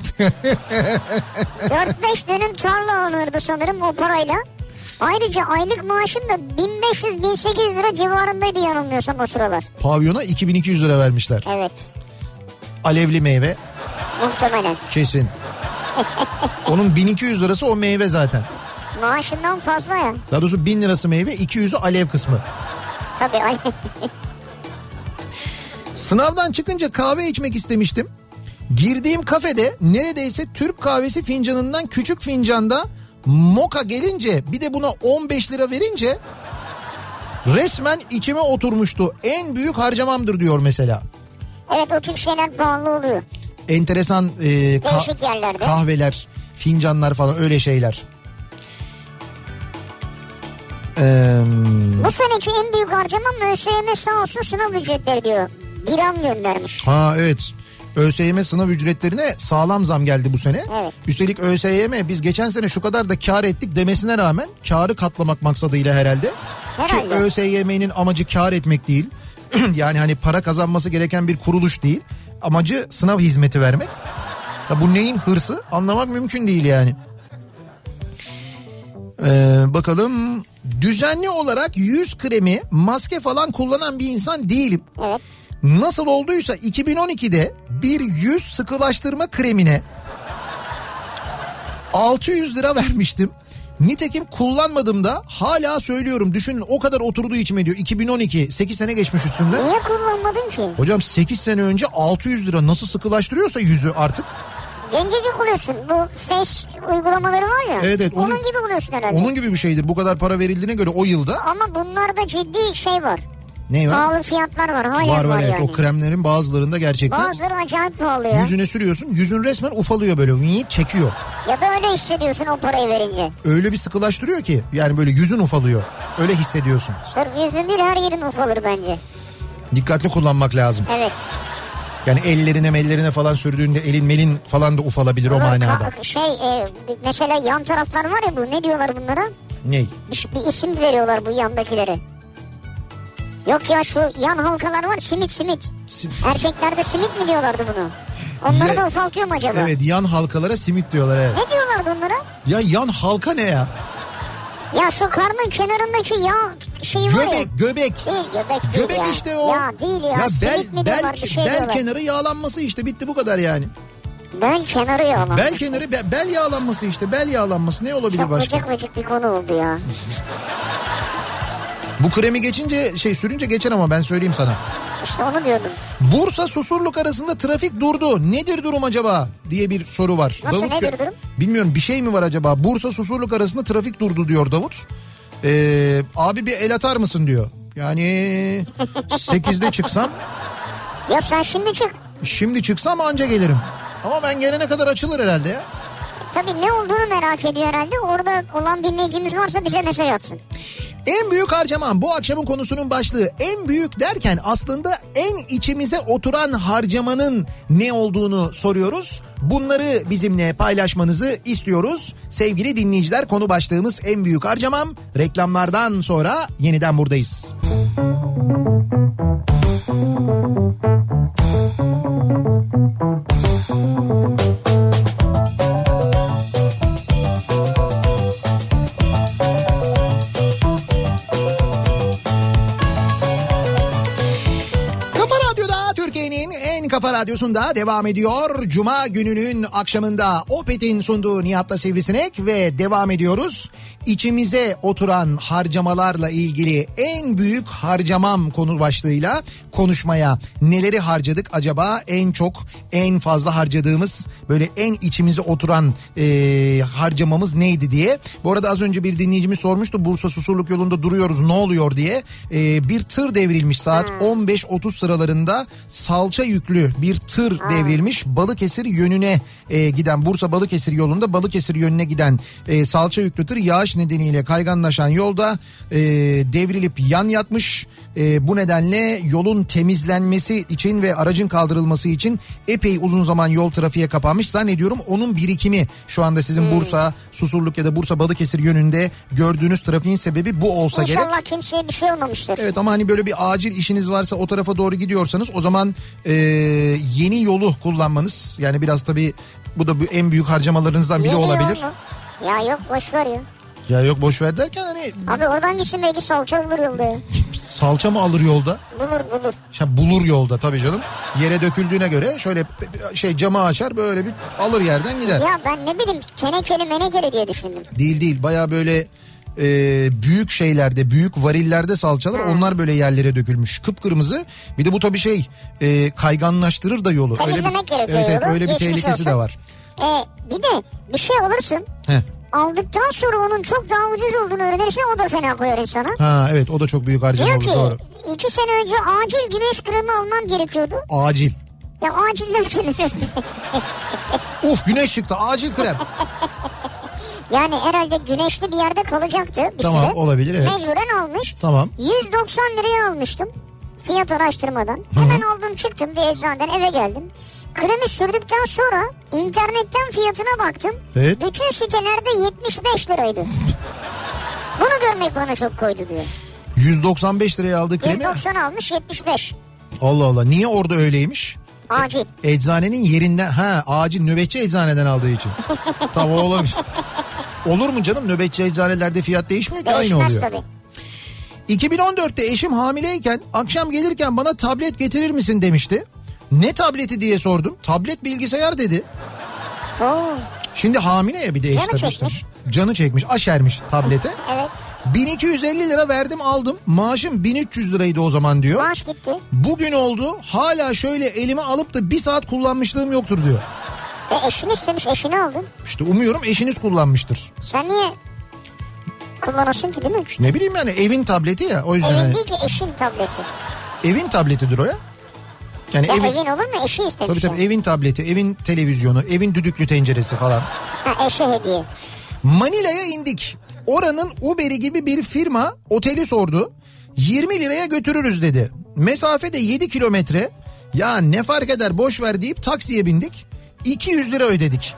4-5 dönüm tarla alınırdı sanırım o parayla. Ayrıca aylık maaşım da 1500-1800 lira civarındaydı yanılmıyorsam o sıralar. Pavyona 2200 lira vermişler. Evet. Alevli meyve. Muhtemelen. Kesin. Onun 1200 lirası o meyve zaten. Maaşından fazla ya. Daha doğrusu 1000 lirası meyve, 200'ü alev kısmı. Tabii. Sınavdan çıkınca kahve içmek istemiştim. Girdiğim kafede neredeyse Türk kahvesi fincanından küçük fincanda moka gelince, bir de buna 15 lira verince resmen içime oturmuştu. En büyük harcamamdır diyor mesela. Evet, o tip şeyler pahalı oluyor. Enteresan değişik yerlerde kahveler, fincanlar falan, öyle şeyler. Bu seneki en büyük harcamam ÖSYM sağ olsun sınav ücretleri diyor. Bir an göndermiş. Ha evet. ÖSYM sınav ücretlerine sağlam zam geldi bu sene. Evet. Üstelik ÖSYM biz geçen sene şu kadar da kar ettik demesine rağmen, karı katlamak maksadıyla herhalde. Ki ÖSYM'nin amacı kar etmek değil. Yani hani para kazanması gereken bir kuruluş değil. Amacı sınav hizmeti vermek. Ya bu neyin hırsı anlamak mümkün değil yani. Bakalım, düzenli olarak yüz kremi, maske falan kullanan bir insan değilim. Evet. Nasıl olduysa 2012'de bir yüz sıkılaştırma kremine 600 lira vermiştim. Nitekim kullanmadım da hala söylüyorum. Düşünün o kadar oturduğu içime diyor. 2012 8 sene geçmiş üstünde. Niye kullanmadın ki? Hocam 8 sene önce 600 lira nasıl sıkılaştırıyorsa yüzü artık. Gencecik oluyorsun. Bu Face uygulamaları var ya. Evet, onun gibi oluyorsun herhalde. Onun gibi bir şeydir. Bu kadar para verildiğine göre o yılda. Ama bunlarda ciddi şey var. Ne var? Pahalı fiyatlar var. Hala Var yani. Evet, o kremlerin bazılarında gerçekten. Bazıları acayip pahalı ya. Yüzüne sürüyorsun. Yüzün resmen ufalıyor böyle. Çekiyor. Ya da öyle hissediyorsun o parayı verince. Öyle bir sıkılaştırıyor ki. Yani böyle yüzün ufalıyor. Öyle hissediyorsun. Sırf yüzün değil her yerin ufalır bence. Dikkatli kullanmak lazım. Evet. Yani ellerine falan sürdüğünde elin melin falan da ufalabilir o manada. Mesela yan taraflar var ya, bu ne diyorlar bunlara? Ney? Bir isim veriyorlar bu yandakilere. Yok ya, şu yan halkalar var, simit. Erkeklerde simit mi diyorlardı bunu? Onları da ufaltıyor mu acaba? Evet, yan halkalara simit diyorlar evet. Ne diyorlardı onlara? Ya yan halka ne ya? Ya şu karnın kenarındaki yağ şeyi var ya. Göbek. Değil, göbek değil Göbek ya. işte o. Ya değil ya, simit mi diyorlar, bir şey bel diyorlar. kenarı yağlanması işte, bitti bu kadar yani. Bel kenarı yağlanması. Bel kenarı bel yağlanması işte, bel yağlanması ne olabilir çok başka? Çok vıcık bir konu oldu ya. Bu kremi geçince sürünce geçer ama ben söyleyeyim sana. İşte onu diyordum. Bursa Susurluk arasında trafik durdu. Nedir durum acaba diye bir soru var. Nasıl, nedir durum? Bilmiyorum, bir şey mi var acaba? Bursa Susurluk arasında trafik durdu diyor Davut. Abi bir el atar mısın diyor. Yani 8'de çıksam. Ya sen şimdi çık. Şimdi çıksam anca gelirim. Ama ben gelene kadar açılır herhalde ya. Tabii ne olduğunu merak ediyor herhalde. Orada olan dinleyicimiz varsa bize mesaj atsın. En büyük harcaman bu akşamın konusunun başlığı. En büyük derken aslında en içimize oturan harcamanın ne olduğunu soruyoruz. Bunları bizimle paylaşmanızı istiyoruz. Sevgili dinleyiciler, konu başlığımız en büyük harcamam. Reklamlardan sonra yeniden buradayız. Kafa Radyosu'nda devam ediyor. Cuma gününün akşamında Opet'in sunduğu Nihat'la Sivrisinek ve devam ediyoruz. İçimize oturan harcamalarla ilgili en büyük harcamam konu başlığıyla konuşmaya. Neleri harcadık acaba, en çok, en fazla harcadığımız, böyle en içimize oturan harcamamız neydi diye. Bu arada az önce bir dinleyicimiz sormuştu, Bursa Susurluk yolunda duruyoruz ne oluyor diye. Bir tır devrilmiş saat 15.30 sıralarında, salça yüklü bir tır devrilmiş. Balıkesir yönüne giden, Bursa Balıkesir yolunda Balıkesir yönüne giden salça yüklü tır yağış nedeniyle kayganlaşan yolda devrilip yan yatmış. Bu nedenle yolun temizlenmesi için ve aracın kaldırılması için epey uzun zaman yol trafiğe kapanmış. Zannediyorum onun birikimi şu anda sizin Bursa Susurluk ya da Bursa Balıkesir yönünde gördüğünüz trafiğin sebebi bu olsa gerek. İnşallah kimseye bir şey olmamıştır. Evet, ama hani böyle bir acil işiniz varsa, o tarafa doğru gidiyorsanız o zaman yeni yolu kullanmanız, yani biraz tabii bu da en büyük harcamalarınızdan biri olabilir. Ya yok, boş ver ya. Ya yok, boş ver derken hani... Abi oradan gitsin, belki salça bulur yolda ya. Salça mı alır yolda? Bulur. Bulur yolda tabii canım. Yere döküldüğüne göre şöyle camı açar, böyle bir alır yerden gider. Ya ben ne bileyim, tenekeli diye düşündüm. Değil bayağı böyle büyük şeylerde, büyük varillerde salçalar, onlar böyle yerlere dökülmüş. Kıpkırmızı. Bir de bu tabii kayganlaştırır da yolu. Temizlemek gerekiyor evet, yolu. öyle bir tehlikesi olsun de var. Bir de bir şey alırsın. Heh. Aldıktan sonra onun çok daha ucuz olduğunu öğrenirsen o da fena koyar insana. Ha evet, o da çok büyük harcama olur, doğru. 2 sene önce acil güneş kremi almam gerekiyordu. Acil. Ya acil derken. Güneş çıktı, acil krem. Yani herhalde güneşli bir yerde kalacaktı bir süre. Tamam, olabilir, evet. Mecburen almış. Tamam. 190 liraya almıştım. Fiyat araştırmadan. Hemen aldım, çıktım bir eczaneden, eve geldim. Kremi sürdükten sonra internetten fiyatına baktım. Evet. Bütün sitelerde 75 liraydı. Bunu görmek bana çok koydu diyor. 195 liraya aldığı kremi. 190 almış, 75. Allah Allah, niye orada öyleymiş? Acil. Eczanenin yerinden, acil, nöbetçi eczaneden aldığı için. Tabii olabilir. Olur mu canım, nöbetçi eczanelerde fiyat değişmiyor ki, aynı oluyor. Tabii. 2014'te eşim hamileyken akşam gelirken bana tablet getirir misin demişti. Ne tableti diye sordum. Tablet bilgisayar dedi. Şimdi hamile ya bir de eş tabii işte. Canı çekmiş, aşermiş tablete. Evet. 1250 lira verdim aldım. Maaşım 1300 liraydı o zaman diyor. Maaş gitti. Bugün oldu, hala şöyle elime alıp da 1 saat kullanmışlığım yoktur diyor. Eşini istemiş, eşini aldın. İşte umuyorum eşiniz kullanmıştır. Sen niye kullanasın ki, değil mi? İşte ne bileyim yani, evin tableti ya, o yüzden. Evin hani, değil ki, eşin tableti. evin tabletidir o ya. Yani Ya evin olur mu? Eşi istemiş. Tabii evin tableti, evin televizyonu, evin düdüklü tenceresi falan. Ha, eşi hediye. Manila'ya indik. Oranın Uber'i gibi bir firma oteli sordu. 20 liraya götürürüz dedi. Mesafe de 7 kilometre. Ya ne fark eder, boş ver deyip taksiye bindik. 200 lira ödedik.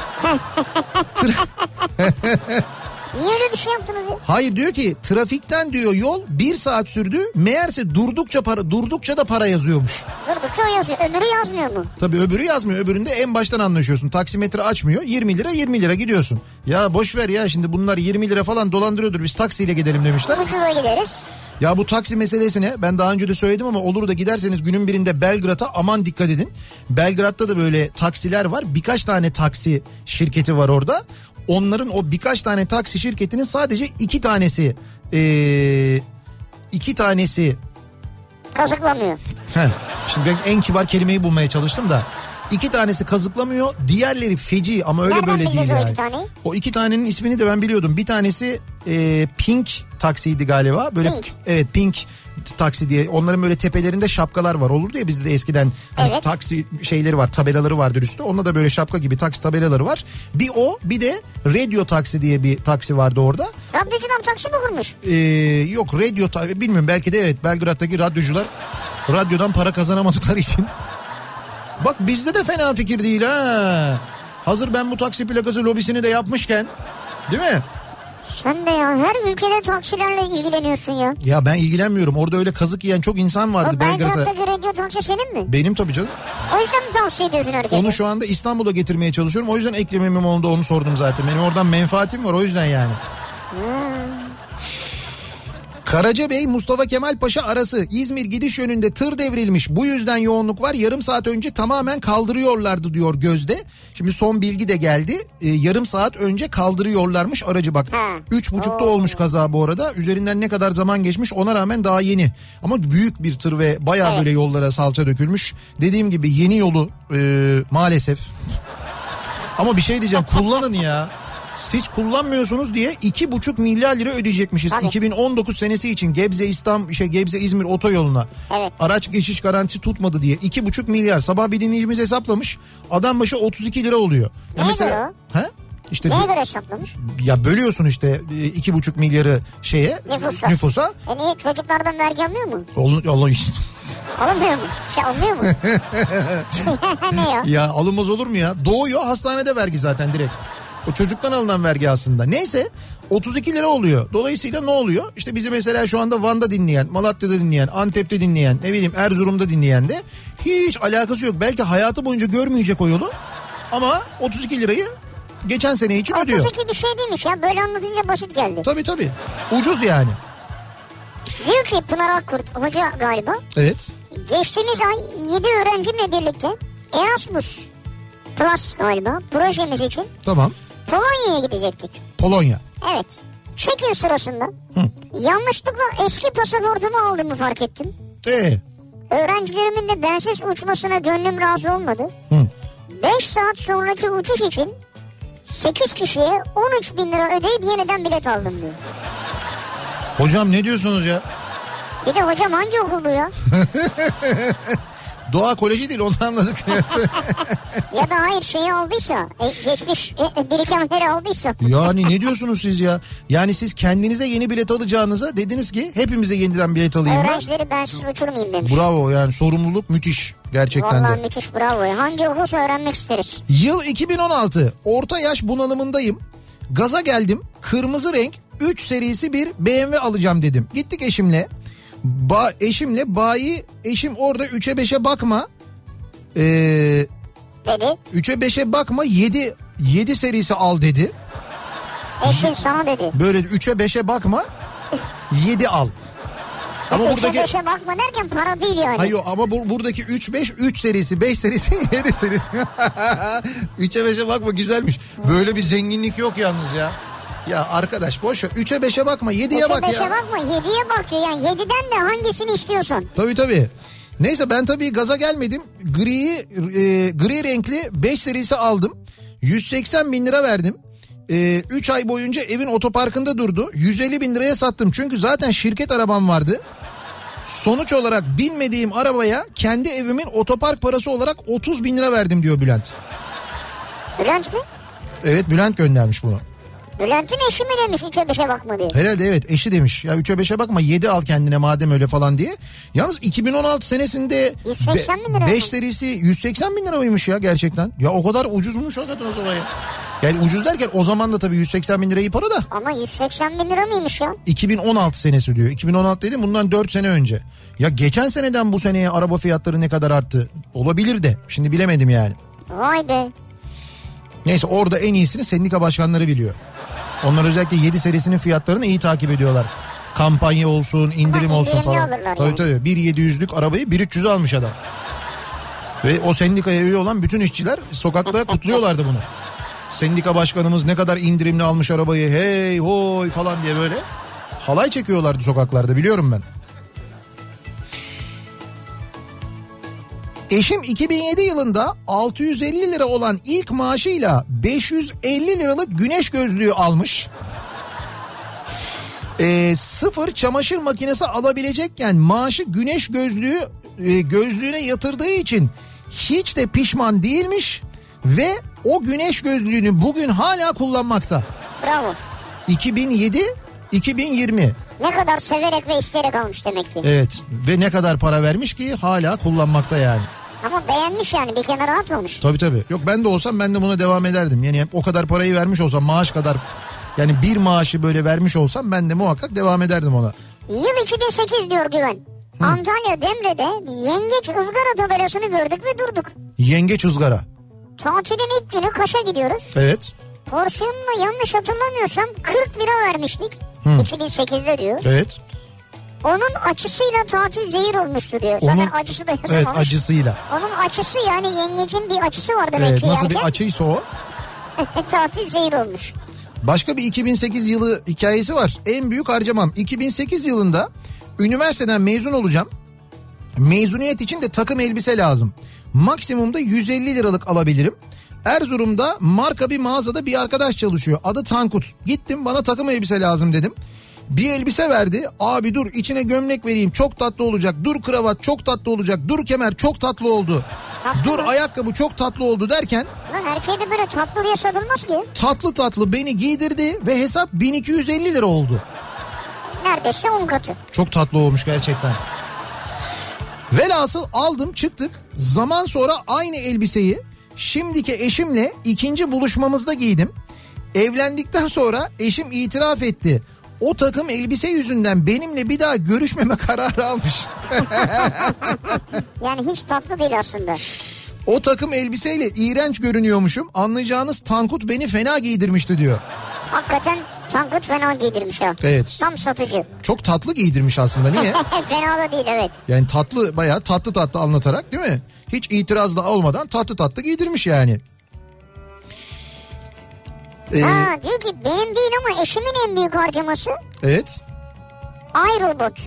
Niye öyle bir şey yaptınız ya? Hayır, diyor ki trafikten diyor yol 1 saat sürdü. Meğerse durdukça da para yazıyormuş. Durdukça o yazıyor. Öbürü yazmıyor mu? Tabii öbürü yazmıyor. Öbüründe en baştan anlaşıyorsun. Taksimetre açmıyor. 20 lira gidiyorsun. Ya boş ver ya, şimdi bunlar 20 lira falan dolandırıyordur. Biz taksiyle gidelim demişler. Ucuza gideriz. Ya bu taksi meselesine ben daha önce de söyledim ama olur da giderseniz günün birinde Belgrad'a aman dikkat edin. Belgrad'da da böyle taksiler var. Birkaç tane taksi şirketi var orada. Onların o birkaç tane taksi şirketinin sadece iki tanesi Kazıklamıyor. Şimdi ben en kibar kelimeyi bulmaya çalıştım da. 2 tanesi kazıklamıyor, diğerleri feci ama öyle Nereden böyle değil o yani. 2 taneyi? O 2 tanenin ismini de ben biliyordum. Bir tanesi Pink taksiydi galiba. Böyle Pink. Evet, Pink taksi diye. Onların böyle tepelerinde şapkalar var. Olurdu ya bizde de eskiden. Hani Evet. taksi şeyleri var, tabelaları vardır üstte. Onda da böyle şapka gibi taksi tabelaları var. Bir o, bir de Radio Taksi diye bir taksi vardı orada. Radyocudan taksi mi kurmuş? Yok, bilmiyorum, belki de evet, Belgrad'daki radyocular radyodan para kazanamadıkları için. Bak bizde de fena fikir değil ha. Hazır ben bu taksi plakası lobisini de yapmışken, değil mi? Sen de ya, her ülkede taksilerle ilgileniyorsun ya. Ya ben ilgilenmiyorum. Orada öyle kazık yiyen çok insan vardı O Belgrad'da. Belgrad'daki radyo taksi senin mi? Benim tabii canım. O yüzden mi tavsiye ediyorsun herkese? Onu şu anda İstanbul'a getirmeye çalışıyorum. O yüzden Ekrem İmamoğlu'nda onu sordum zaten. Benim oradan menfaatim var, o yüzden yani. Karacabey Mustafa Kemal Paşa arası İzmir gidiş yönünde tır devrilmiş. Bu yüzden yoğunluk var. Yarım saat önce tamamen kaldırıyorlardı diyor Gözde. Şimdi son bilgi de geldi. Yarım saat önce kaldırıyorlarmış aracı bak. 3.30'da olmuş kaza bu arada. Üzerinden ne kadar zaman geçmiş ona rağmen daha yeni. Ama büyük bir tır ve bayağı böyle yollara salça dökülmüş. Dediğim gibi yeni yolu maalesef. Ama bir şey diyeceğim, kullanın ya. Siz kullanmıyorsunuz diye 2,5 milyar lira ödeyecekmişiz. Tabii. 2019 senesi için Gebze İzmir otoyoluna. Evet. Araç geçiş garantisi tutmadı diye 2,5 milyar. Sabah bir dinleyicimiz hesaplamış. Adam başı 32 lira oluyor. Ya Neye göre o? İşte Neye göre hesaplamış? ya bölüyorsun işte 2,5 milyarı nüfusa. Niye, çocuklardan vergi alıyor mu? Allah Alınmıyor mu? Alınıyor mu? Ne ya? Ya alınmaz olur mu ya? Doğuyor, hastanede vergi zaten direkt. O çocuktan alınan vergi aslında. Neyse 32 lira oluyor. Dolayısıyla ne oluyor? İşte bizi mesela şu anda Van'da dinleyen, Malatya'da dinleyen, Antep'te dinleyen, ne bileyim Erzurum'da dinleyen de hiç alakası yok. Belki hayatı boyunca görmeyecek o yolu ama 32 lirayı geçen sene için ödüyor. 32 bir şey değilmiş ya, böyle anlatınca basit geldi. Tabii. Ucuz yani. Diyor ki Pınar Akkurt hoca galiba. Evet. Geçtiğimiz ay 7 öğrencimle birlikte Erasmus Plus galiba projemiz için Tamam. Polonya'ya gidecektik. Polonya. Evet. Check-in sırasında yanlışlıkla eski pasaportumu aldığımı fark ettim. Öğrencilerimin de bensiz uçmasına gönlüm razı olmadı. 5 saat sonraki uçuş için 8 kişiye 13 bin lira ödeyip yeniden bilet aldım diyor. Hocam ne diyorsunuz ya? Bir de hocam hangi okul bu ya? Doğa Koleji değil, onu anladık. Ya da hayır şeyi aldıysa, geçmiş birikenleri aldıysa. Yani ne diyorsunuz siz ya? Yani siz kendinize yeni bilet alacağınıza dediniz ki hepimize yeniden bilet alayım. Öğrencileri bensiz uçurmayayım demiş. Bravo, yani sorumluluk müthiş gerçekten Vallahi de. müthiş, bravo. Hangi okulsa öğrenmek isteriz. Yıl 2016, orta yaş bunalımındayım. Gaza geldim, kırmızı renk 3 serisi bir BMW alacağım dedim. Gittik eşimle. Eşim orada 3'e 5'e bakma. Dedi. 3'e 5'e bakma, 7 serisi al dedi. Eşin sana dedi. Böyle 3'e 5'e bakma, 7 al. Ama 3'e buradaki 5'e bakma derken para değil yani. hayır ama buradaki 3 serisi, 5 serisi, 7 serisi. 3'e 5'e bakma güzelmiş. Böyle bir zenginlik yok yalnız ya. Ya arkadaş boş ver. 3'e 5'e bakma 7'ye bak ya. 3'e 5'e bakma 7'ye bak diyor. Yani 7'den de hangisini istiyorsun? Tabii. Neyse ben tabii gaza gelmedim. Gri renkli 5 serisi aldım. 180 bin lira verdim. 3 ay boyunca evin otoparkında durdu. 150 bin liraya sattım. Çünkü zaten şirket arabam vardı. Sonuç olarak binmediğim arabaya kendi evimin otopark parası olarak 30 bin lira verdim diyor Bülent. Bülent mi? Evet Bülent göndermiş bunu. Bülent'in eşi mi demiş 3'e 5'e bakma diye. Herhalde evet eşi demiş. Ya 3'e 5'e bakma 7 al kendine madem öyle falan diye. Yalnız 2016 senesinde 180 bin lira 5 serisi 180 bin lira mıymış ya gerçekten? Ya o kadar ucuzmuş hakikaten o zaman ya. Yani ucuz derken o zaman da tabii 180 bin lira iyi para da. Ama 180 bin lira mıymış ya? 2016 senesi diyor. 2016 dedim bundan 4 sene önce. Ya geçen seneden bu seneye araba fiyatları ne kadar arttı? Olabilir de. Şimdi bilemedim yani. Vay be. Neyse orada en iyisini sendika başkanları biliyor. Onlar özellikle 7 serisinin fiyatlarını iyi takip ediyorlar. Kampanya olsun, indirim olsun falan. Tabii. 1.700'lük arabayı 1.300'e almış adam. Ve o sendikaya üye olan bütün işçiler sokakta kutluyorlardı bunu. Sendika başkanımız ne kadar indirimli almış arabayı, hey hoy falan diye böyle halay çekiyorlardı sokaklarda, biliyorum ben. Eşim 2007 yılında 650 lira olan ilk maaşıyla 550 liralık güneş gözlüğü almış. Sıfır çamaşır makinesi alabilecekken maaşı güneş gözlüğüne yatırdığı için hiç de pişman değilmiş ve o güneş gözlüğünü bugün hala kullanmakta. Bravo. 2020. Ne kadar severek ve isteyerek almış demek ki. Evet ve ne kadar para vermiş ki hala kullanmakta yani. Ama beğenmiş yani, bir kenara atmamış. Tabii. Yok ben de olsam ben de buna devam ederdim. Yani o kadar parayı vermiş olsam, maaş kadar yani bir maaşı böyle vermiş olsam ben de muhakkak devam ederdim ona. Yıl 2008 diyor Güven. Antalya Demre'de yengeç ızgara tabelasını gördük ve durduk. Yengeç ızgara. Tatilin ilk günü Kaş'a gidiyoruz. Evet. Porsiyonunu yanlış hatırlamıyorsam 40 lira vermiştik. 2008'de diyor. Evet. Onun açısıyla tatil zehir olmuştu diyor. Zaten acısı da yazamamış. Evet, acısıyla. Onun açısı, yani yengecin bir açısı var demek evet, ki nasıl yerken. bir açıysa o. Tatil zehir olmuş. Başka bir 2008 yılı hikayesi var. En büyük harcamam. 2008 yılında üniversiteden mezun olacağım. Mezuniyet için de takım elbise lazım. Maksimumda 150 liralık alabilirim. Erzurum'da marka bir mağazada bir arkadaş çalışıyor. Adı Tankut. Gittim, bana takım elbise lazım dedim. Bir elbise verdi. Abi dur içine gömlek vereyim, çok tatlı olacak. Dur kravat çok tatlı olacak. Dur kemer çok tatlı oldu. Tatlı dur mı? Ayakkabı çok tatlı oldu derken. Lan erkeğe de böyle tatlı diye satılmaz ki. Tatlı beni giydirdi ve hesap 1250 lira oldu. Neredeyse 10 katı. Çok tatlı olmuş gerçekten. Velhasıl aldım, çıktık. Zaman sonra aynı elbiseyi şimdiki eşimle ikinci buluşmamızda giydim. Evlendikten sonra eşim itiraf etti. O takım elbise yüzünden benimle bir daha görüşmeme kararı almış. Yani hiç tatlı değil aslında. O takım elbiseyle iğrenç görünüyormuşum. Anlayacağınız Tankut beni fena giydirmişti diyor. Hakikaten Tankut fena giydirmiş ha. Evet. Tam satıcı. Çok tatlı giydirmiş aslında, niye? Fena da değil, evet. Yani tatlı, bayağı tatlı anlatarak, değil mi? Hiç itiraz da olmadan tatlı giydirmiş yani. Diyor ki benim değil ama eşimin en büyük harcaması. Evet. iRobot.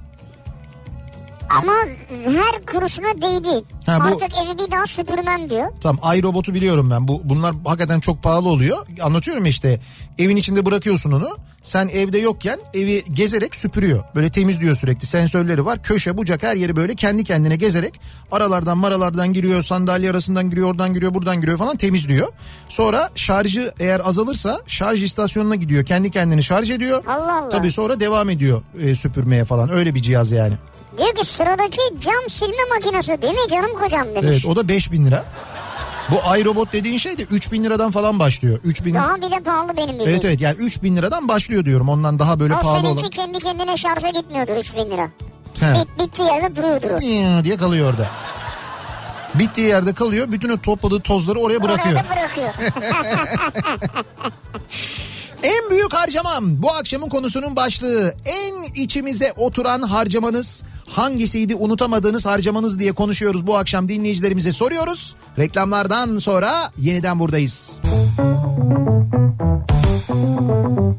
Ama her kuruşuna değdi. Artık evi bir daha süpürmem diyor. Tamam, iRobot'u biliyorum ben. Bunlar hakikaten çok pahalı oluyor. Anlatıyorum işte. Evin içinde bırakıyorsun onu. Sen evde yokken evi gezerek süpürüyor. Böyle temizliyor sürekli. Sensörleri var. Köşe bucak her yeri böyle kendi kendine gezerek maralardan giriyor. Sandalye arasından giriyor. Oradan giriyor. Buradan giriyor falan, temizliyor. Sonra şarjı eğer azalırsa şarj istasyonuna gidiyor. Kendi kendini şarj ediyor. Allah Allah. Tabii sonra devam ediyor süpürmeye falan. Öyle bir cihaz yani. Diyor ki sıradaki cam silme makinesi değil mi canım kocam demiş. Evet, o da 5.000 lira. Bu iRobot dediğin şey de 3.000 liradan falan başlıyor. 3.000... Daha bile pahalı benim bildiğim. Evet yani 3.000 liradan başlıyor diyorum. Ondan daha böyle pahalı olan. O seninki kendi kendine şarja gitmiyordur 3.000 lira. He. Bittiği yerde duruyordur o. diye kalıyor orada. Bittiği yerde kalıyor. Bütün o topladığı tozları oraya bırakıyor. Oraya bırakıyor. En büyük harcamam, bu akşamın konusunun başlığı. En içimize oturan harcamanız hangisiydi, unutamadığınız harcamanız diye konuşuyoruz bu akşam, dinleyicilerimize soruyoruz. Reklamlardan sonra yeniden buradayız.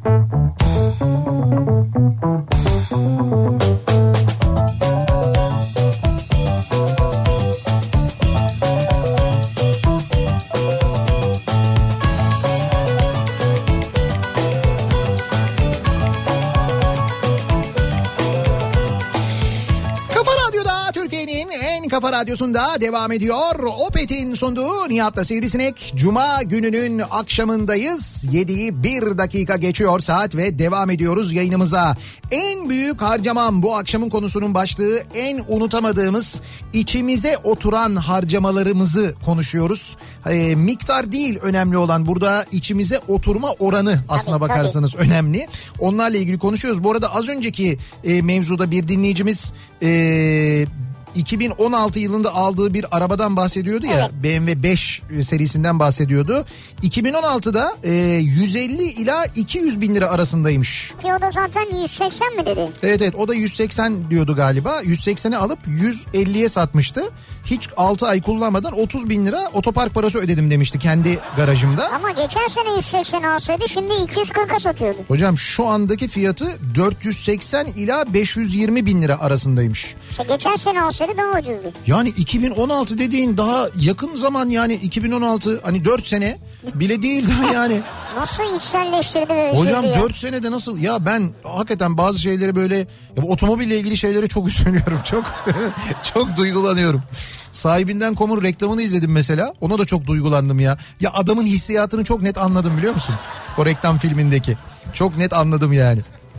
Radyosu'nda devam ediyor. Opet'in sunduğu Nihat'la Sivrisinek. Cuma gününün akşamındayız. 7'yi 1 dakika geçiyor saat ve devam ediyoruz yayınımıza. En büyük harcamam bu akşamın konusunun başlığı. En unutamadığımız, içimize oturan harcamalarımızı konuşuyoruz. Miktar değil önemli olan, burada içimize oturma oranı aslına bakarsanız önemli. Onlarla ilgili konuşuyoruz. Bu arada az önceki mevzuda bir dinleyicimiz 2016 yılında aldığı bir arabadan bahsediyordu ya, evet. BMW 5 serisinden bahsediyordu. 2016'da 150 ila 200 bin lira arasındaymış. Ki o da zaten 180 mi dedi? Evet o da 180 diyordu galiba. 180'e alıp 150'ye satmıştı. Hiç 6 ay kullanmadan 30 bin lira otopark parası ödedim demişti kendi garajımda. Ama geçen sene 180 alsaydı şimdi 240'a satıyordu. Hocam şu andaki fiyatı 480 ila 520 bin lira arasındaymış. İşte geçen sene alsaydı daha ucuzdu. Yani 2016 dediğin daha yakın zaman, yani 2016 hani 4 sene bile değil daha yani. Nasıl içselleştirdi ve üzüldü hocam ya. 4 senede nasıl ya, ben hakikaten bazı şeyleri böyle ya, bu otomobille ilgili şeylere çok üzülüyorum, çok duygulanıyorum. Sahibinden.com'un reklamını izledim mesela, ona da çok duygulandım ya. Ya adamın hissiyatını çok net anladım, biliyor musun? O reklam filmindeki çok net anladım yani.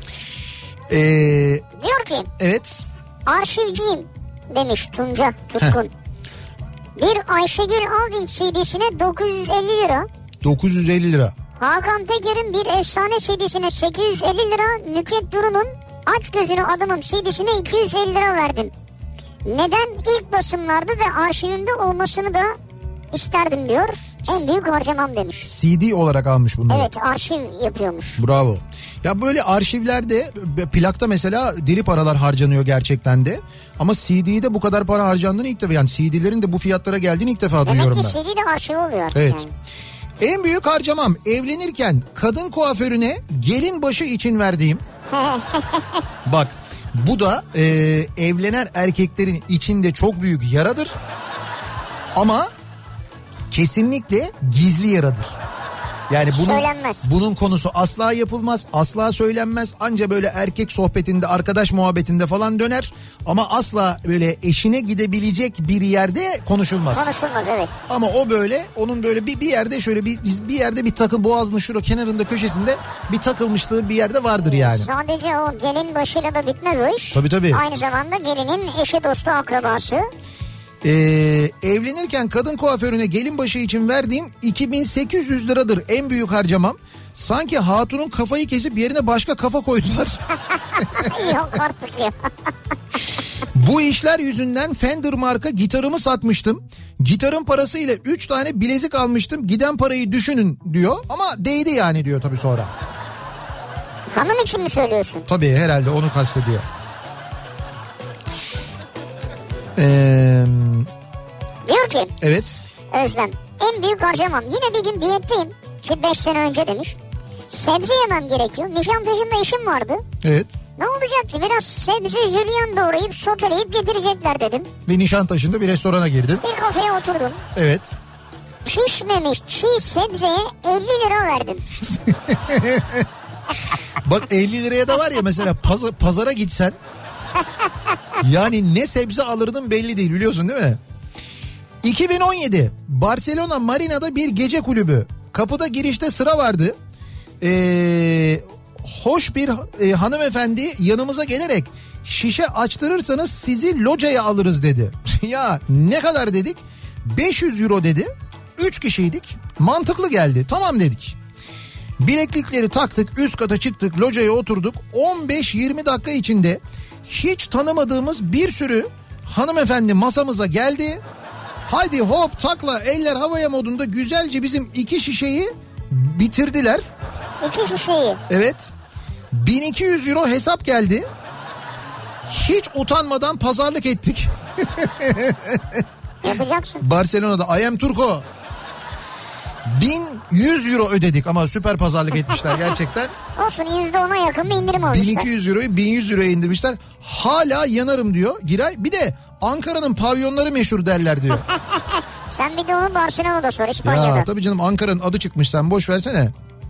Diyor ki. Evet. Arşivciyim demiş Tunca Tutkun. Bir Ayşegül Aldinç CD'sine 950 lira. 950 lira. Hakan Peker'in bir efsane CD'sine 850 lira. Nükhet Duru'nun Aç Gözünü Adamım CD'sine 250 lira verdim. Neden? İlk basımlarda ve arşivimde olmasını da isterdim diyor. En büyük harcamam demiş. CD olarak almış bunları. Evet, arşiv yapıyormuş. Bravo. Ya böyle arşivlerde, plakta mesela deli paralar harcanıyor gerçekten de. Ama CD'de bu kadar para harcandığını ilk defa, yani CD'lerin de bu fiyatlara geldiğini ilk defa duyuyorum ben. Demek ki CD de arşiv oluyor. Evet. Yani. En büyük harcamam evlenirken kadın kuaförüne gelin başı için verdiğim. Bak bu da evlenen erkeklerin içinde çok büyük yaradır. Ama kesinlikle gizli yaradır. Yani bunun konusu asla yapılmaz, asla söylenmez. Anca böyle erkek sohbetinde, arkadaş muhabbetinde falan döner. Ama asla böyle eşine gidebilecek bir yerde konuşulmaz. Konuşulmaz, evet. Ama o böyle, onun böyle bir yerde şöyle bir yerde bir takım, boğazının şurada kenarında köşesinde bir takılmışlığı bir yerde vardır yani. Sadece o gelin başıyla da bitmez o iş. Tabii. Aynı zamanda gelinin eşi, dostu, akrabası. Evlenirken kadın kuaförüne gelin başı için verdiğim 2800 liradır en büyük harcamam. Sanki hatunun kafayı kesip yerine başka kafa koydular. Yok artık ya. Bu işler yüzünden Fender marka gitarımı satmıştım. Gitarın parasıyla 3 tane bilezik almıştım. Giden parayı düşünün diyor, ama değdi yani diyor tabii sonra. Hanım için mi söylüyorsun? Tabii, herhalde onu kastediyor. Diyor ki. Evet. Özlem, en büyük harcamam. Yine bir gün diyetteyim ki 5 sene önce demiş. Sebze yemem gerekiyor. Nişantaşı'nda işim vardı. Evet. Ne olacak ki, biraz sebze jülyen doğrayıp soteleyip getirecekler dedim. Ve Nişantaşı'nda bir restorana girdin. Bir kafeye oturdum. Evet. Pişmemiş çiğ sebzeye 50 lira verdim. Bak 50 liraya da var ya, mesela pazara gitsen yani ne sebze alırdın belli değil, biliyorsun değil mi? 2017 Barcelona Marina'da bir gece kulübü. Kapıda girişte sıra vardı. Hoş bir hanımefendi yanımıza gelerek şişe açtırırsanız sizi locaya alırız dedi. Ya ne kadar dedik? 500 euro dedi. 3 kişiydik. Mantıklı geldi. Tamam dedik. Bileklikleri taktık, üst kata çıktık, locaya oturduk. 15-20 dakika içinde hiç tanımadığımız bir sürü hanımefendi masamıza geldi. Haydi hop takla eller havaya modunda güzelce bizim 2 şişeyi bitirdiler. 2 şişeyi? Evet. 1200 euro hesap geldi. Hiç utanmadan pazarlık ettik. Yapacaksın. Barcelona'da I am Turco. 1100 euro ödedik ama süper pazarlık etmişler gerçekten. Olsun, %10'a yakın bir indirim olmuşlar. 1200 euroyu 1100 euroya indirmişler. Hala yanarım diyor Giray. Bir de Ankara'nın pavyonları meşhur derler diyor. Sen bir de onu Barcelona'da sor, İspanya'da. Ya tabii canım, Ankara'nın adı çıkmış, sen boş versene.